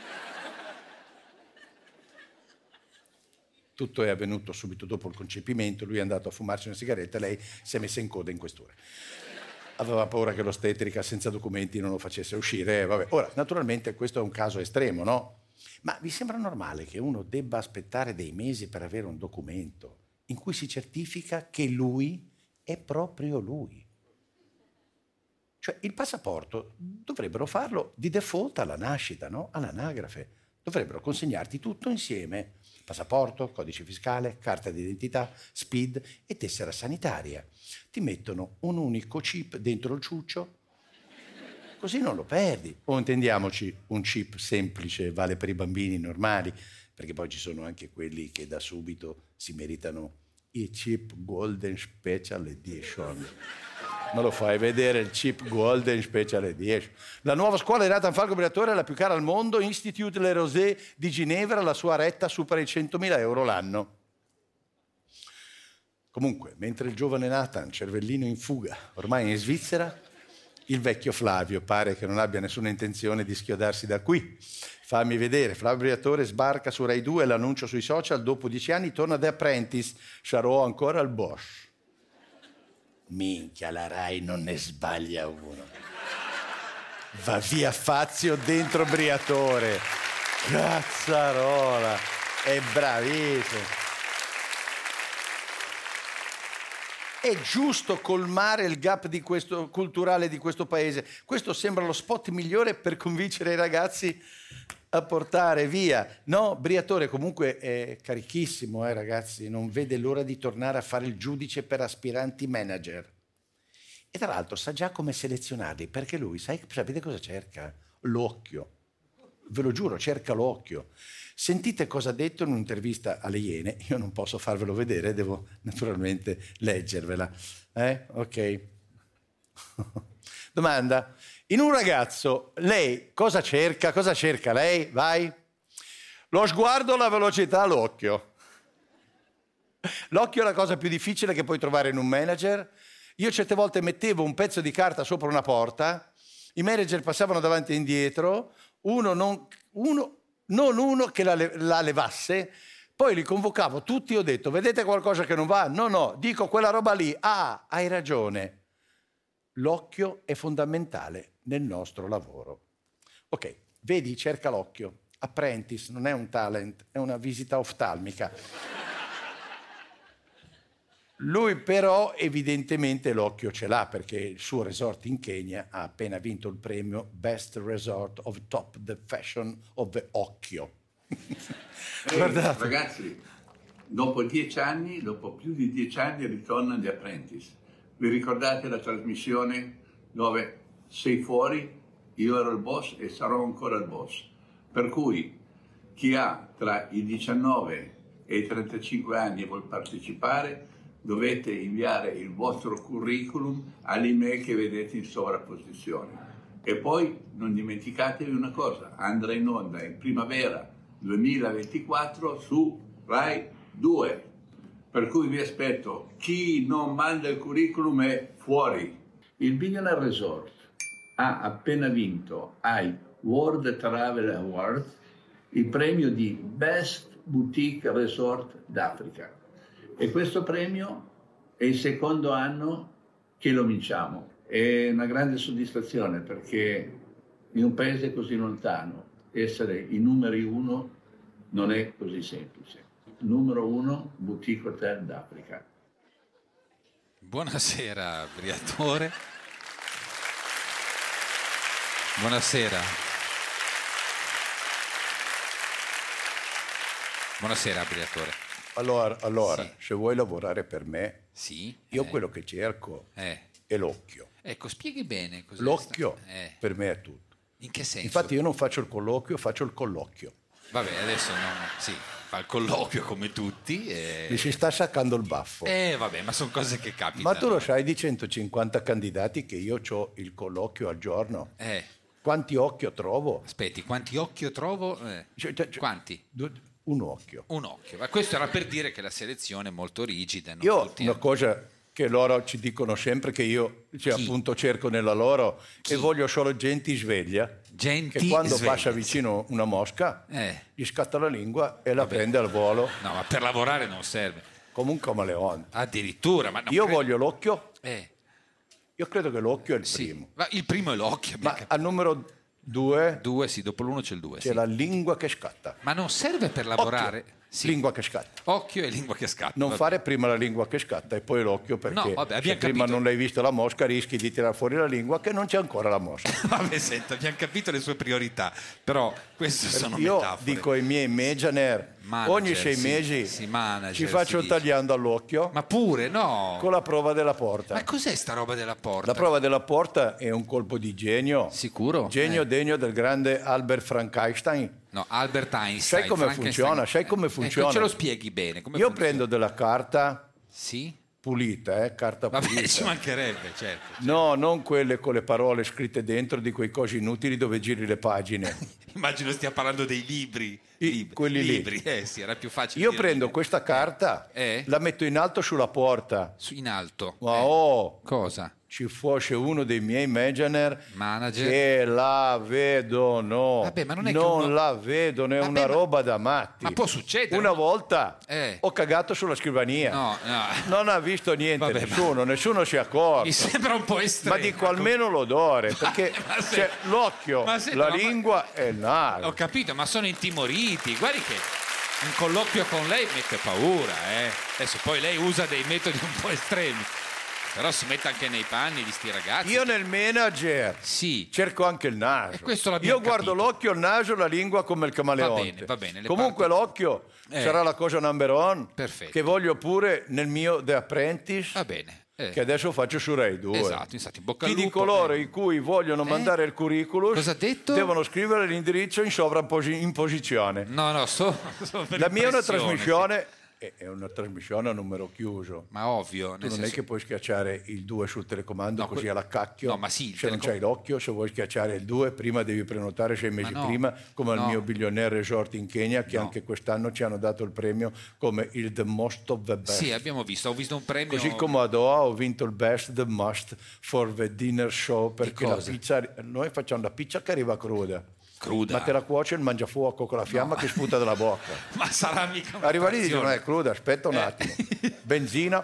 S16: Tutto è avvenuto subito dopo il concepimento, lui è andato a fumarsi una sigaretta, lei si è messa in coda in questura. Aveva paura che l'ostetrica senza documenti non lo facesse uscire. Eh, vabbè. Ora, naturalmente questo è un caso estremo, no? Ma vi sembra normale che uno debba aspettare dei mesi per avere un documento in cui si certifica che lui è proprio lui? Cioè, il passaporto dovrebbero farlo di default alla nascita, no? All'anagrafe. Dovrebbero consegnarti tutto insieme. Passaporto, codice fiscale, carta d'identità, S P I D e tessera sanitaria. Ti mettono un unico chip dentro il ciuccio, così non lo perdi. O intendiamoci, un chip semplice vale per i bambini normali, perché poi ci sono anche quelli che da subito si meritano i chip Golden Special Edition. Me lo fai vedere il chip Golden Special Edition. La nuova scuola di Nathan Falco Briatore è la più cara al mondo, Institut Le Rosé di Ginevra, la sua retta supera i centomila euro l'anno. Comunque, mentre il giovane Nathan, cervellino in fuga, ormai è in Svizzera, il vecchio Flavio pare che non abbia nessuna intenzione di schiodarsi da qui. Fammi vedere, Flavio Briatore sbarca su Rai due, l'annuncio sui social, dopo dieci anni torna The Apprentice, sarò ancora al Bosch. Minchia, la Rai non ne sbaglia uno. Va via Fazio dentro Briatore. Cazzarola, è bravissimo. È giusto colmare il gap di questo, culturale di questo paese. Questo sembra lo spot migliore per convincere i ragazzi a portare via. No, Briatore comunque è carichissimo, eh, ragazzi. Non vede l'ora di tornare a fare il giudice per aspiranti manager. E tra l'altro sa già come selezionarli, perché lui, sai, sapete cosa cerca? L'occhio. Ve lo giuro, cerca l'occhio. Sentite cosa ha detto in un'intervista alle Iene. Io non posso farvelo vedere, devo naturalmente leggervela. Eh? Ok. Domanda. In un ragazzo, lei cosa cerca? Cosa cerca lei? Vai. Lo sguardo, la velocità, l'occhio. L'occhio è la cosa più difficile che puoi trovare in un manager. Io certe volte mettevo un pezzo di carta sopra una porta, i manager passavano davanti e indietro, uno non... Uno, non uno che la, la levasse, poi li convocavo tutti e ho detto, vedete qualcosa che non va? No, no, dico quella roba lì. Ah, hai ragione. L'occhio è fondamentale nel nostro lavoro. Ok, vedi, cerca l'occhio. Apprentice non è un talent, è una visita oftalmica. Lui però evidentemente l'occhio ce l'ha, perché il suo resort in Kenya ha appena vinto il premio Best Resort of Top the Fashion of the Occhio.
S21: Eh, ragazzi, dopo dieci anni, dopo più di dieci anni ritorna The Apprentice. Vi ricordate la trasmissione dove sei fuori, io ero il boss e sarò ancora il boss? Per cui chi ha tra i diciannove e i trentacinque anni e vuol partecipare dovete inviare il vostro curriculum all'email che vedete in sovrapposizione. E poi non dimenticatevi una cosa, andrà in onda in primavera duemilaventiquattro su Rai due. Per cui vi aspetto, chi non manda il curriculum è fuori. Il Billionaire Resort ha appena vinto ai World Travel Awards il premio di Best Boutique Resort d'Africa. E questo premio è il secondo anno che lo vinciamo. È una grande soddisfazione perché in un paese così lontano essere i numeri uno non è così semplice. Numero uno, Boutique Hotel d'Africa.
S4: Buonasera, Briatore. Buonasera. Buonasera, Briatore.
S9: allora, allora
S4: Sì.
S9: se vuoi lavorare per me,
S4: Sì,
S9: io
S4: eh.
S9: quello che cerco
S4: Eh.
S9: è l'occhio.
S4: Ecco, spieghi bene cos'è
S9: L'occhio
S4: sta- eh.
S9: per me è tutto.
S4: In che senso?
S9: Infatti io non faccio il colloquio, faccio il collocchio.
S4: Vabbè, adesso non... Sì, fa il colloquio come tutti. E...
S9: Mi si sta saccando il baffo.
S4: Eh, vabbè, ma sono cose che capitano.
S9: Ma tu lo sai di centocinquanta candidati che io ho il colloquio al giorno?
S4: Eh.
S9: Quanti occhio trovo?
S4: Aspetti, quanti occhio trovo? Eh.
S9: Cioè, cioè, cioè,
S4: Quanti?
S9: due- un occhio.
S4: Un occhio. Ma questo era per dire che la selezione è molto rigida. non
S9: Io
S4: tutti
S9: una
S4: hanno-
S9: cosa che loro ci dicono sempre che io cioè, appunto cerco nella loro e voglio solo gente sveglia.
S4: Genti
S9: che quando
S4: sveglie,
S9: passa vicino una mosca
S4: Eh.
S9: gli scatta la lingua e la prende al volo
S4: No, ma per lavorare non serve.
S9: come un camaleonte.
S4: Addirittura, ma non
S9: Io
S4: cre-
S9: voglio l'occhio,
S4: Eh,
S9: io credo che l'occhio è il primo.
S4: ma il primo è l'occhio. abbiamo
S9: Ma al numero due
S4: Due, sì, dopo l'uno c'è il due.
S9: c'è
S4: sì.
S9: la lingua che scatta.
S4: Ma non serve per lavorare. Sì.
S9: Lingua che scatta.
S4: Occhio e lingua che scatta.
S9: Non
S4: vabbè.
S9: fare prima la lingua che scatta e poi l'occhio perché
S4: No, vabbè,
S9: se
S4: abbiamo
S9: prima
S4: capito.
S9: non l'hai visto la mosca rischi di tirare fuori la lingua che non c'è ancora la mosca.
S4: Vabbè, senta, abbiamo capito le sue priorità, però queste sono
S9: Io
S4: metafore.
S9: dico ai miei manager,
S4: Manager,
S9: ogni sei
S4: sì,
S9: mesi
S4: sì, manager,
S9: ci faccio
S4: si
S9: il
S4: dice.
S9: tagliando all'occhio
S4: Ma pure, no.
S9: con la prova della porta.
S4: Ma cos'è sta roba della porta?
S9: La prova della porta è un colpo di genio.
S4: Sicuro?
S9: Genio
S4: Eh.
S9: degno del grande Albert Frankenstein.
S4: No, Albert Einstein.
S9: Sai come
S4: Frankenstein.
S9: funziona? Sai come
S4: Ecco,
S9: funziona?
S4: ce lo spieghi bene. Come
S9: Io
S4: funziona?
S9: prendo della carta
S4: Sì?
S9: pulita, eh, carta
S4: Vabbè,
S9: pulita.
S4: ci mancherebbe, certo.
S9: No, non quelle con le parole scritte dentro di quei cosi inutili dove giri le pagine.
S4: Immagino stia parlando dei libri.
S9: I-
S4: Libri.
S9: quelli lì.
S4: libri. Eh sì, era più facile.
S9: Io
S4: dire
S9: prendo
S4: libri.
S9: questa carta,
S4: Eh?
S9: la metto in alto sulla porta.
S4: Su- in alto.
S9: Ma
S4: Eh.
S9: oh,
S4: Cosa?
S9: ci fosse uno dei miei manager,
S4: Manager.
S9: che la vedono.
S4: Vabbè, ma non è che
S9: non
S4: uno-
S9: la vedono, è
S4: Vabbè,
S9: una
S4: ma-
S9: roba da matti.
S4: Ma può succedere.
S9: Una volta
S4: Eh.
S9: ho cagato sulla scrivania.
S4: No, no.
S9: Non ha visto niente
S4: Vabbè,
S9: nessuno, nessuno si è accorto.
S4: Mi sembra un po' estremo.
S9: Ma dico almeno l'odore, perché
S4: ma se-
S9: c'è l'occhio,
S4: ma se-
S9: la
S4: ma-
S9: lingua e il naso.
S4: Ho capito, ma sono intimoriti. Guardi che un colloquio con lei mette paura, eh. Adesso poi lei usa dei metodi un po' estremi. Però si mette anche nei panni di sti ragazzi.
S9: Io nel manager
S4: Sì.
S9: cerco anche il naso.
S4: E questo l'abbiamo
S9: Io guardo
S4: capito.
S9: l'occhio, il naso, la lingua come il camaleonte.
S4: Va bene, va bene, le
S9: Comunque
S4: parti-
S9: l'occhio
S4: Eh.
S9: sarà la cosa number one
S4: Perfetto.
S9: che voglio pure nel mio The Apprentice.
S4: Va bene. Eh.
S9: Che adesso faccio su Rai due.
S4: Esatto, infatti, in bocca al
S9: Chi di
S4: lupo,
S9: coloro
S4: eh.
S9: i cui vogliono mandare il curriculum
S4: Cosa ha detto?
S9: devono scrivere l'indirizzo in sovraimposizione.
S4: No, no, so, so per
S9: La mia è una
S4: impressione,
S9: trasmissione, è è una trasmissione a numero chiuso.
S4: sì. Ma ovvio.
S9: Tu
S4: nel
S9: non è
S4: senso-
S9: che puoi schiacciare il due sul telecomando
S4: No,
S9: così
S4: que-
S9: alla cacchio.
S4: No, ma sì, il
S9: se non
S4: telecom-
S9: c'hai l'occhio, se vuoi schiacciare il due, prima devi prenotare sei mesi
S4: no,
S9: prima, come al
S4: no.
S9: mio Billionaire Resort in Kenya, che
S4: No.
S9: anche quest'anno ci hanno dato il premio come il The Most of the Best.
S4: Sì, abbiamo visto, ho visto un premio.
S9: Così come a Doha ho vinto il Best The Must for the Dinner Show, perché la
S4: cosa?
S9: pizza, noi facciamo la pizza che arriva cruda.
S4: Cruda.
S9: Ma te la cuoce il mangiafuoco con la fiamma che sputa dalla bocca.
S4: Ma sarà mica una
S9: Arriva lì e dice:
S4: passione.
S9: no, è cruda, aspetta un attimo. Benzina,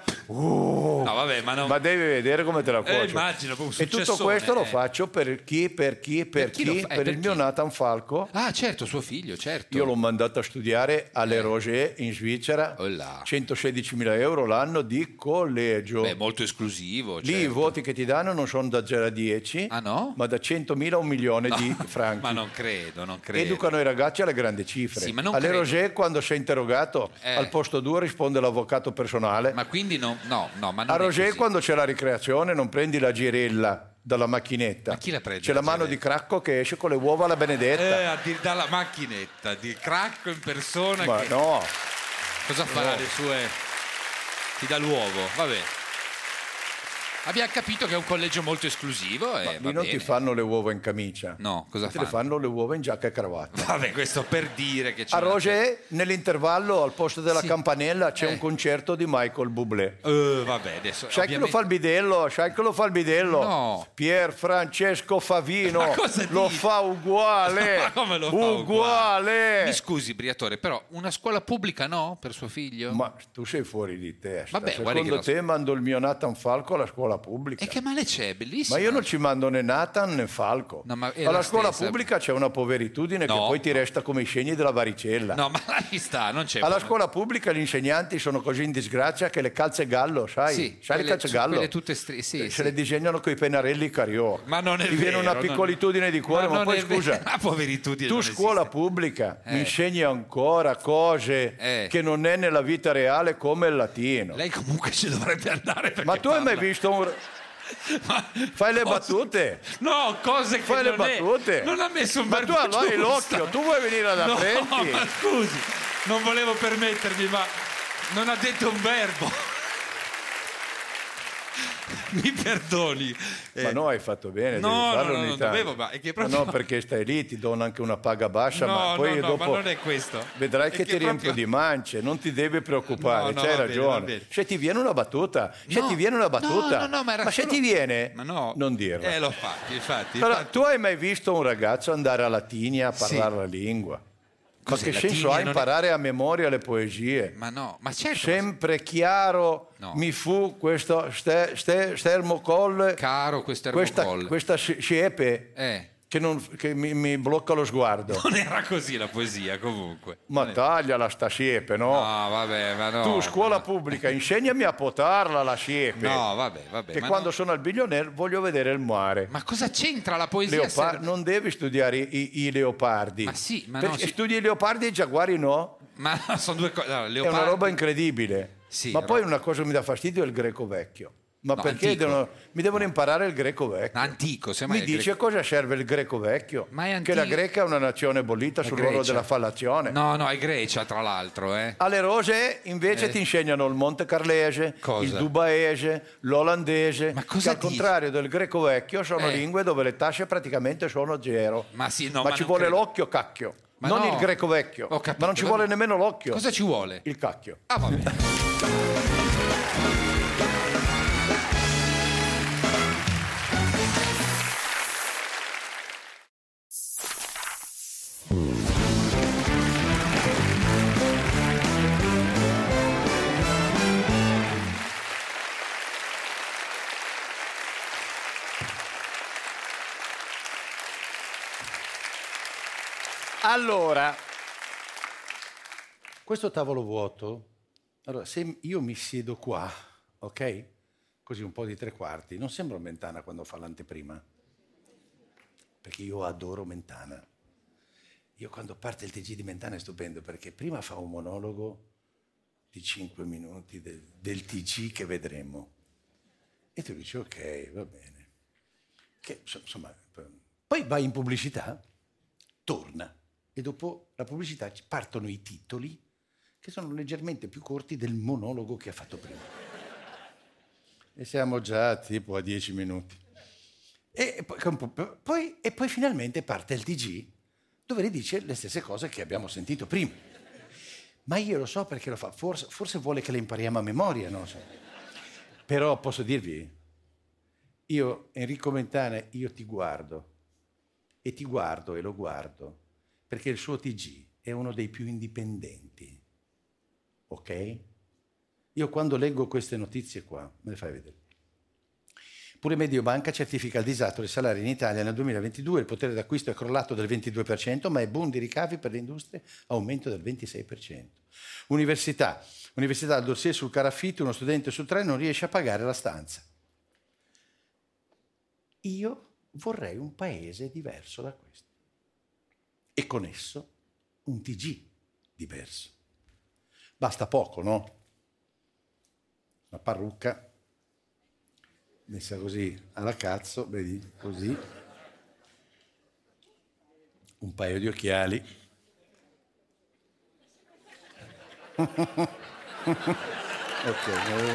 S9: uh,
S4: No, vabbè, ma non...
S9: ma devi vedere come te la
S4: Eh,
S9: cuoce.
S4: immagino, proprio un
S9: e tutto
S4: successone,
S9: questo lo
S4: eh.
S9: faccio per chi, per chi, per,
S4: Per chi
S9: chi,
S4: lo fa? Eh,
S9: per
S4: per
S9: il mio
S4: chi?
S9: Nathan Falco.
S4: Ah, certo, suo figlio, certo.
S9: Io l'ho mandato a studiare alle Roger in Svizzera,
S4: Oh là.
S9: centosedicimila euro l'anno di collegio.
S4: Beh, molto esclusivo.
S9: Lì i
S4: certo.
S9: voti che ti danno non sono da zero a dieci,
S4: Ah, no?
S9: ma da centomila a un milione
S4: No,
S9: di franchi.
S4: Ma non credo, non credo.
S9: Educano i ragazzi alle grandi cifre.
S4: Sì, ma non
S9: Alle
S4: credo.
S9: Roger, quando sei interrogato,
S4: Eh.
S9: al posto due risponde l'avvocato personale.
S4: Ma quindi no, no, no, ma non
S9: A
S4: è
S9: Roger,
S4: così.
S9: quando c'è la ricreazione, non prendi la girella dalla macchinetta.
S4: Ma chi la prende
S9: C'è
S4: la
S9: la mano
S4: girella?
S9: di Cracco che esce con le uova alla Benedetta.
S4: Eh, a dir- dalla macchinetta di Cracco in persona.
S9: Ma
S4: che...
S9: no,
S4: Cosa farà
S9: no.
S4: le sue... Ti dà l'uovo, vabbè. Abbiamo capito che è un collegio molto esclusivo e
S9: ma
S4: va
S9: lì non
S4: bene.
S9: ti fanno le uova in camicia.
S4: No, cosa
S9: Te le
S4: fanno?
S9: fanno le uova in giacca e cravatta.
S4: Vabbè, questo per dire che c'è
S9: A
S4: una-
S9: Roger, nell'intervallo, al posto della
S4: Sì.
S9: campanella, c'è
S4: Eh.
S9: un concerto di Michael Bublé.
S4: Eh, vabbè, adesso
S9: Sai che lo
S4: ovviamente-
S9: fa il bidello? Sai che lo fa il bidello?
S4: No.
S9: Pier Francesco Favino
S4: Ma cosa
S9: lo
S4: dici?
S9: fa uguale.
S4: Ma come lo fa
S9: uguale?
S4: Mi scusi, Briatore, però una scuola pubblica no per suo figlio?
S9: Ma tu sei fuori di testa.
S4: Vabbè, guardi
S9: Secondo
S4: che lo-
S9: te mando il mio Nathan Falco alla scuola scuola pubblica.
S4: E che male c'è? Bellissimo.
S9: Ma io non ci mando né Nathan né Falco.
S4: No, ma è
S9: Alla
S4: la
S9: scuola
S4: stessa.
S9: pubblica c'è una poveritudine
S4: No.
S9: che poi ti resta come i segni della varicella.
S4: No, ma lì sta, non c'è.
S9: Alla scuola pubblica gli insegnanti sono così in disgrazia che le calze gallo, sai?
S4: Sì,
S9: sai le
S4: quelle-
S9: calze gallo?
S4: quelle tutte stri- sì,
S9: se
S4: sì.
S9: le disegnano coi pennarelli Cariò.
S4: Ma non è
S9: Ti viene
S4: vero,
S9: una
S4: non-
S9: piccolitudine di cuore,
S4: Ma
S9: ma,
S4: non
S9: poi
S4: è vero,
S9: scusa.
S4: la poveritudine
S9: Tu
S4: non
S9: scuola pubblica
S4: Eh.
S9: mi insegni ancora cose
S4: Eh.
S9: che non è nella vita reale come il latino.
S4: Lei comunque ci dovrebbe andare perché
S9: Ma tu hai mai
S4: parla.
S9: visto un... Fai le battute?
S4: No, cose che
S9: Fai le
S4: non è-
S9: battute?
S4: non ha messo un
S9: Ma
S4: verbo
S9: tu allora hai
S4: giusto.
S9: l'occhio, tu vuoi venire ad
S4: No,
S9: apprenti?
S4: ma scusi, non volevo permettermi, ma non ha detto un verbo. Mi perdoni.
S9: Ma no, hai fatto bene,
S4: No,
S9: devi
S4: no,
S9: farlo
S4: no,
S9: ogni
S4: non
S9: tanto.
S4: dovevo, ma è che
S9: Ma
S4: proprio-
S9: no, perché stai lì, ti dono anche una paga bassa,
S4: No,
S9: ma poi
S4: no, no,
S9: dopo
S4: ma non è questo.
S9: vedrai
S4: È
S9: che,
S4: che
S9: ti riempio
S4: proprio-
S9: di mance, non ti devi preoccupare,
S4: No, no,
S9: c'hai
S4: va bene, va
S9: ragione.
S4: bene.
S9: Se ti viene una battuta, se
S4: No,
S9: ti viene una battuta,
S4: no, no, no, ma era
S9: se
S4: solo-
S9: ti viene,
S4: Ma no.
S9: non dirla.
S4: Eh, l'ho fatto, infatti.
S9: Allora,
S4: infatti.
S9: tu hai mai visto un ragazzo andare a Latinia a
S4: Sì.
S9: parlare la lingua? Ma
S4: Cos'è,
S9: che
S4: Latinia
S9: senso ha
S4: non è-
S9: imparare a memoria le poesie?
S4: Ma no, ma certo.
S9: Sempre chiaro
S4: No.
S9: mi fu questo ste, ste, stermocolle,
S4: Caro questo
S9: questa,
S4: ermocolle.
S9: questa sci- siepe
S4: Eh.
S9: che, non- che mi, mi blocca lo sguardo.
S4: Non era così la poesia, comunque.
S9: Ma tagliala sta siepe, no?
S4: No, vabbè, ma no.
S9: Tu, scuola pubblica, insegnami a potarla la siepe.
S4: No, vabbè, vabbè.
S9: Che
S4: ma
S9: quando
S4: no.
S9: sono al Billionaire voglio vedere il mare.
S4: Ma cosa c'entra la poesia?
S9: Leopa-
S4: serve-
S9: non devi studiare i, i- i leopardi.
S4: Ma sì, ma
S9: Perché
S4: no, sì.
S9: studi i leopardi e i giaguari no?
S4: Ma sono due cose. No,
S9: È
S4: leopardi-
S9: una roba incredibile.
S4: Sì,
S9: Ma poi
S4: ro-
S9: una cosa che mi dà fastidio è il greco vecchio. Ma
S4: No,
S9: perché
S4: antico.
S9: devono- mi devono imparare il greco vecchio?
S4: Antico, semmai
S9: Mi
S4: è
S9: dice
S4: greco-
S9: cosa serve il greco vecchio?
S4: Ma è
S9: Che la
S4: antico.
S9: Greca è una nazione bollita
S4: È
S9: sul ruolo
S4: Grecia.
S9: della fallazione.
S4: No, no, è Grecia, tra l'altro, eh.
S9: Alle rose invece
S4: Eh.
S9: ti insegnano il monte carlese,
S4: Cosa?
S9: il dubaese, l'olandese,
S4: Ma
S9: che
S4: cosa
S9: al
S4: dici?
S9: contrario del greco vecchio sono
S4: Eh.
S9: lingue dove le tasse praticamente sono zero.
S4: Ma sì, no,
S9: ma,
S4: ma
S9: ci
S4: non
S9: vuole
S4: credo.
S9: l'occhio cacchio,
S4: Ma
S9: non
S4: no.
S9: il greco vecchio.
S4: Ho capito,
S9: Ma non ci
S4: va
S9: vuole
S4: bene.
S9: nemmeno l'occhio.
S4: Cosa ci vuole?
S9: Il cacchio.
S4: Ah, va bene.
S9: Allora, questo tavolo vuoto, allora, se io mi siedo qua, ok? Così un po' di tre quarti, non sembro Mentana quando fa l'anteprima, perché io adoro Mentana. Io quando parte il T G di Mentana è stupendo, perché prima fa un monologo di cinque minuti del, del T G che vedremo, e tu dici ok, va bene. Che, insomma, poi vai in pubblicità, torna. E dopo la pubblicità ci partono i titoli che sono leggermente più corti del monologo che ha fatto prima. E siamo già tipo a dieci minuti. E poi, poi, e poi finalmente parte il T G dove le dice le stesse cose che abbiamo sentito prima. Ma io lo so perché lo fa, forse, forse vuole che le impariamo a memoria, non so. Però posso dirvi, io, Enrico Mentana, io ti guardo, e ti guardo e lo guardo, perché il suo T G è uno dei più indipendenti, ok? Io quando leggo queste notizie qua, me le fai vedere. Pure Mediobanca certifica il disastro dei salari in Italia nel duemilaventidue, il potere d'acquisto è crollato del ventidue per cento, ma è boom di ricavi per le industrie, aumento del ventisei per cento. Università, università al dossier sul caro affitto, uno studente su tre non riesce a pagare la stanza. Io vorrei un paese diverso da questo. E con esso un T G diverso. Basta poco, no? Una parrucca messa così alla cazzo, vedi, così. Un paio di occhiali. Ok.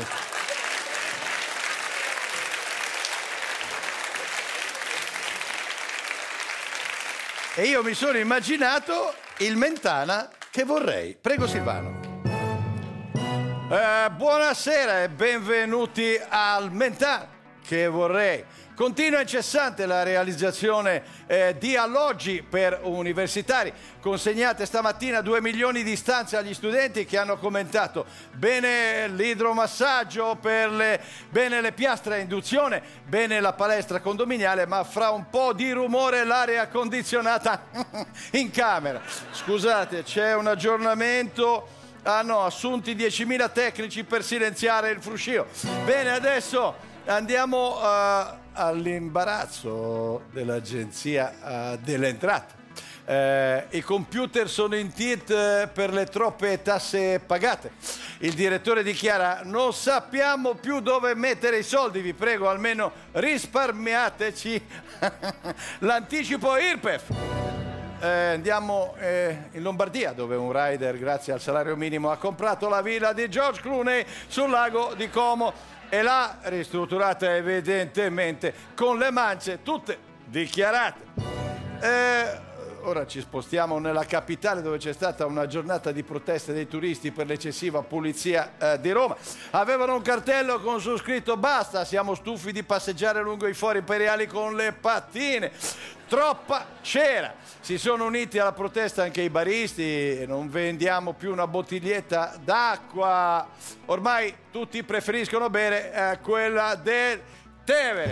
S9: E io mi sono immaginato il Mentana che vorrei. Prego Silvano. Eh, buonasera e benvenuti al Mentana
S16: che vorrei. Continua incessante la realizzazione eh, di alloggi per universitari. Consegnate stamattina due milioni di stanze agli studenti che hanno commentato bene l'idromassaggio, per le, bene le piastre a induzione, bene la palestra condominiale, ma fra un po' di rumore l'aria condizionata in camera. Scusate, c'è un aggiornamento. Hanno assunti diecimila tecnici per silenziare il fruscio. Bene, adesso andiamo uh, all'imbarazzo dell'Agenzia uh, delle Entrate. Uh, I computer sono in tilt uh, per le troppe tasse pagate. Il direttore dichiara: non sappiamo più dove mettere i soldi, vi prego almeno risparmiateci l'anticipo I R P E F. Eh, andiamo eh, in Lombardia, dove un rider, grazie al salario minimo, ha comprato la villa di George Clooney sul lago di Como e l'ha ristrutturata evidentemente con le mance tutte dichiarate. Eh, ora ci spostiamo nella capitale, dove c'è stata una giornata di proteste dei turisti per l'eccessiva pulizia eh, di Roma. Avevano un cartello con su scritto: basta, siamo stufi di passeggiare lungo i fori imperiali con le pattine. Troppa cera. Si sono uniti alla protesta anche i baristi. Non vendiamo più una bottiglietta d'acqua. Ormai tutti preferiscono bere eh, quella del Tevere.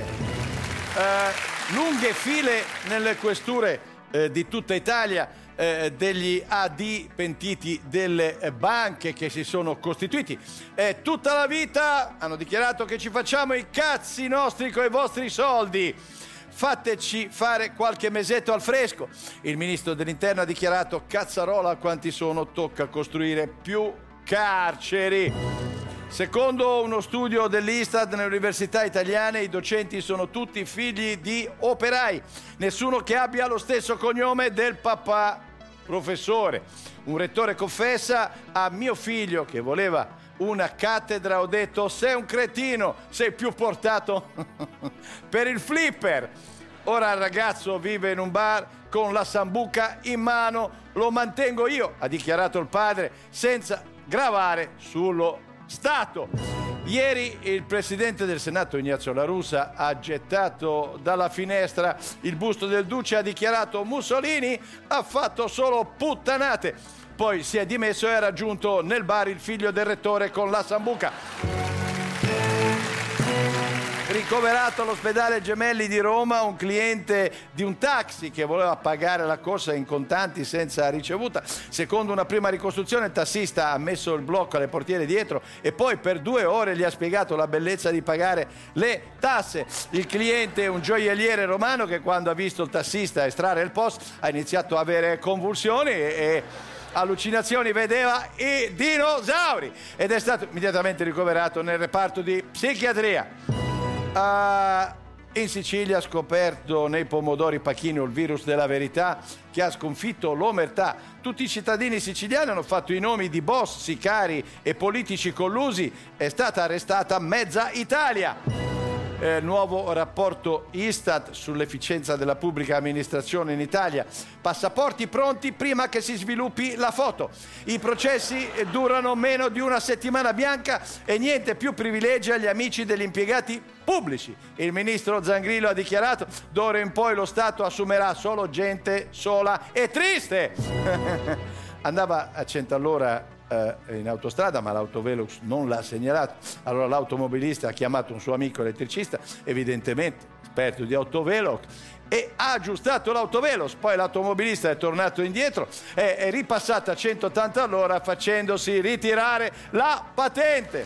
S16: Eh, lunghe file nelle questure eh, di tutta Italia eh, degli A D pentiti delle banche che si sono costituiti. Eh, tutta la vita hanno dichiarato che ci facciamo i cazzi nostri coi vostri soldi. Fateci fare qualche mesetto al fresco. Il ministro dell'Interno ha dichiarato: cazzarola quanti sono, tocca costruire più carceri. Secondo uno studio dell'Istat, nelle università italiane i docenti sono tutti figli di operai, nessuno che abbia lo stesso cognome del papà professore. Un rettore confessa: a mio figlio che voleva una cattedra ho detto: sei un cretino, sei più portato per il flipper. Ora il ragazzo vive in un bar con la sambuca in mano, lo mantengo io, ha dichiarato il padre, senza gravare sullo Stato. Ieri il presidente del Senato Ignazio La Russa ha gettato dalla finestra il busto del Duce, ha dichiarato: Mussolini ha fatto solo puttanate. Poi si è dimesso e ha raggiunto nel bar il figlio del rettore con la sambuca. Ricoverato all'ospedale Gemelli di Roma un cliente di un taxi che voleva pagare la corsa in contanti senza ricevuta. Secondo una prima ricostruzione il tassista ha messo il blocco alle portiere dietro e poi per due ore gli ha spiegato la bellezza di pagare le tasse. Il cliente è un gioielliere romano che, quando ha visto il tassista estrarre il post, ha iniziato a avere convulsioni e allucinazioni, vedeva i dinosauri ed è stato immediatamente ricoverato nel reparto di psichiatria. Uh, in Sicilia ha scoperto nei pomodori Pachino il virus della verità che ha sconfitto l'omertà. Tutti i cittadini siciliani hanno fatto i nomi di boss, sicari e politici collusi. È stata arrestata mezza Italia. Eh, nuovo rapporto Istat sull'efficienza della pubblica amministrazione in Italia. Passaporti pronti prima che si sviluppi la foto. I processi durano meno di una settimana bianca e niente più privilegi agli amici degli impiegati pubblici. Il ministro Zangrillo ha dichiarato: d'ora in poi lo Stato assumerà solo gente sola e triste. Andava a cento all'ora in autostrada, ma l'autovelox non l'ha segnalato. Allora l'automobilista ha chiamato un suo amico elettricista, evidentemente esperto di autovelox, e ha aggiustato l'autovelox. Poi l'automobilista è tornato indietro e è ripassato a centottanta all'ora facendosi ritirare la patente.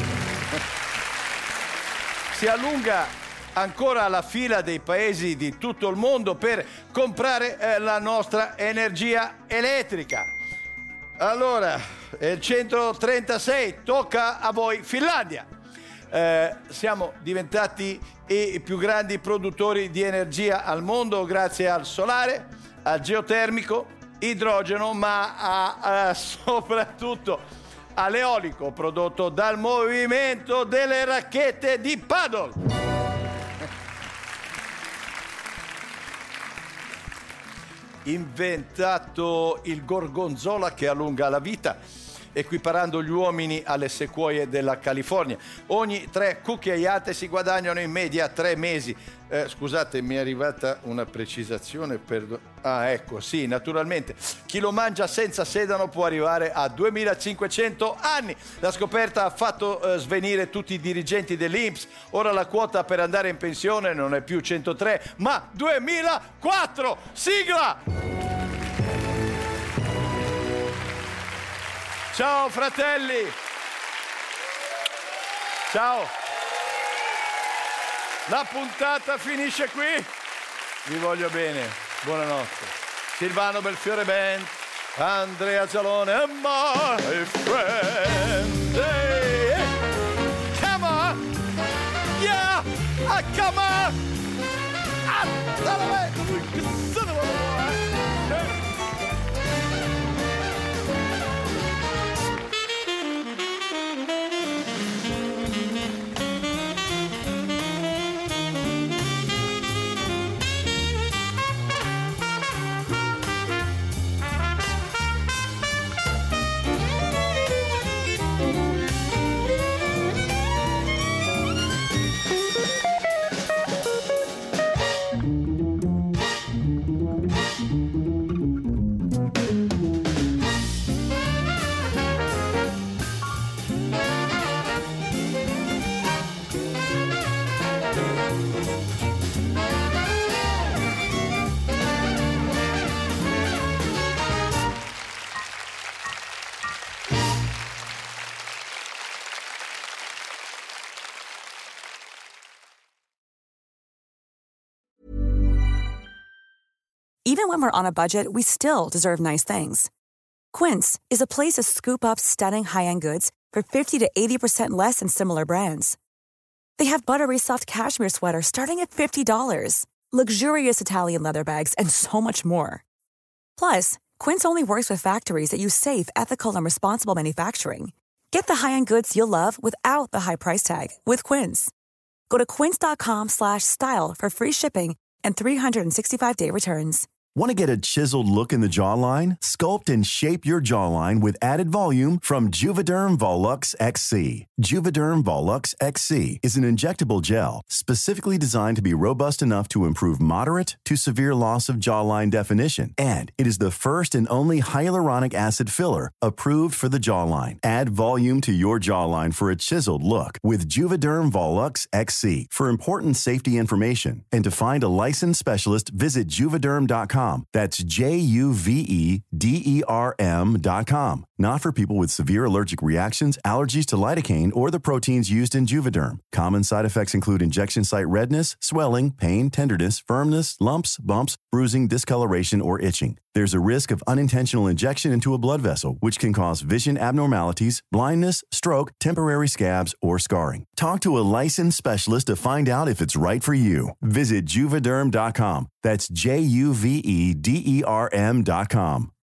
S16: Si allunga ancora la fila dei paesi di tutto il mondo per comprare eh, la nostra energia elettrica. Allora, il centotrentasei, tocca a voi Finlandia. Eh, siamo diventati i più grandi produttori di energia al mondo grazie al solare, al geotermico, idrogeno, ma a, a, soprattutto all'eolico prodotto dal movimento delle racchette di paddle. Inventato il gorgonzola che allunga la vita. equiparando gli uomini alle sequoie della California. Ogni tre cucchiaiate si guadagnano in media tre mesi. Eh, scusate, mi è arrivata una precisazione. Perdo- ah, ecco, sì, naturalmente. Chi lo mangia senza sedano può arrivare a duemilacinquecento anni. La scoperta ha fatto eh, svenire tutti i dirigenti dell'I N P S. Ora la quota per andare in pensione non è più centotré, ma duemilaquattro. Sigla! Ciao fratelli! Ciao! La puntata finisce qui. Vi voglio bene. Buonanotte. Silvano Belfiore Band, Andrea Zalone and my friend. Hey, hey. Come on. Yeah. Ah, come on. Ah,
S1: Even when we're on a budget, we still deserve nice things. Quince is a place to scoop up stunning high-end goods for fifty to eighty percent less than similar brands. They have buttery soft cashmere sweaters starting at fifty dollars, luxurious Italian leather bags, and so much more. Plus, Quince only works with factories that use safe, ethical, and responsible manufacturing. Get the high-end goods you'll love without the high price tag with Quince. Go to quince.com slash style for free shipping and three sixty-five day returns.
S22: Want to get a chiseled look in the jawline? Sculpt and shape your jawline with added volume from Juvederm Volux X C. Juvederm Volux X C is an injectable gel specifically designed to be robust enough to improve moderate to severe loss of jawline definition. And it is the first and only hyaluronic acid filler approved for the jawline. Add volume to your jawline for a chiseled look with Juvederm Volux X C. For important safety information and to find a licensed specialist, visit juvederm dot com. That's J U V E D E R M dot com. Not for people with severe allergic reactions, allergies to lidocaine, or the proteins used in Juvederm. Common side effects include injection site redness, swelling, pain, tenderness, firmness, lumps, bumps, bruising, discoloration, or itching. There's a risk of unintentional injection into a blood vessel, which can cause vision abnormalities, blindness, stroke, temporary scabs, or scarring. Talk to a licensed specialist to find out if it's right for you. Visit Juvederm dot com. That's J U V E D E R M dot com.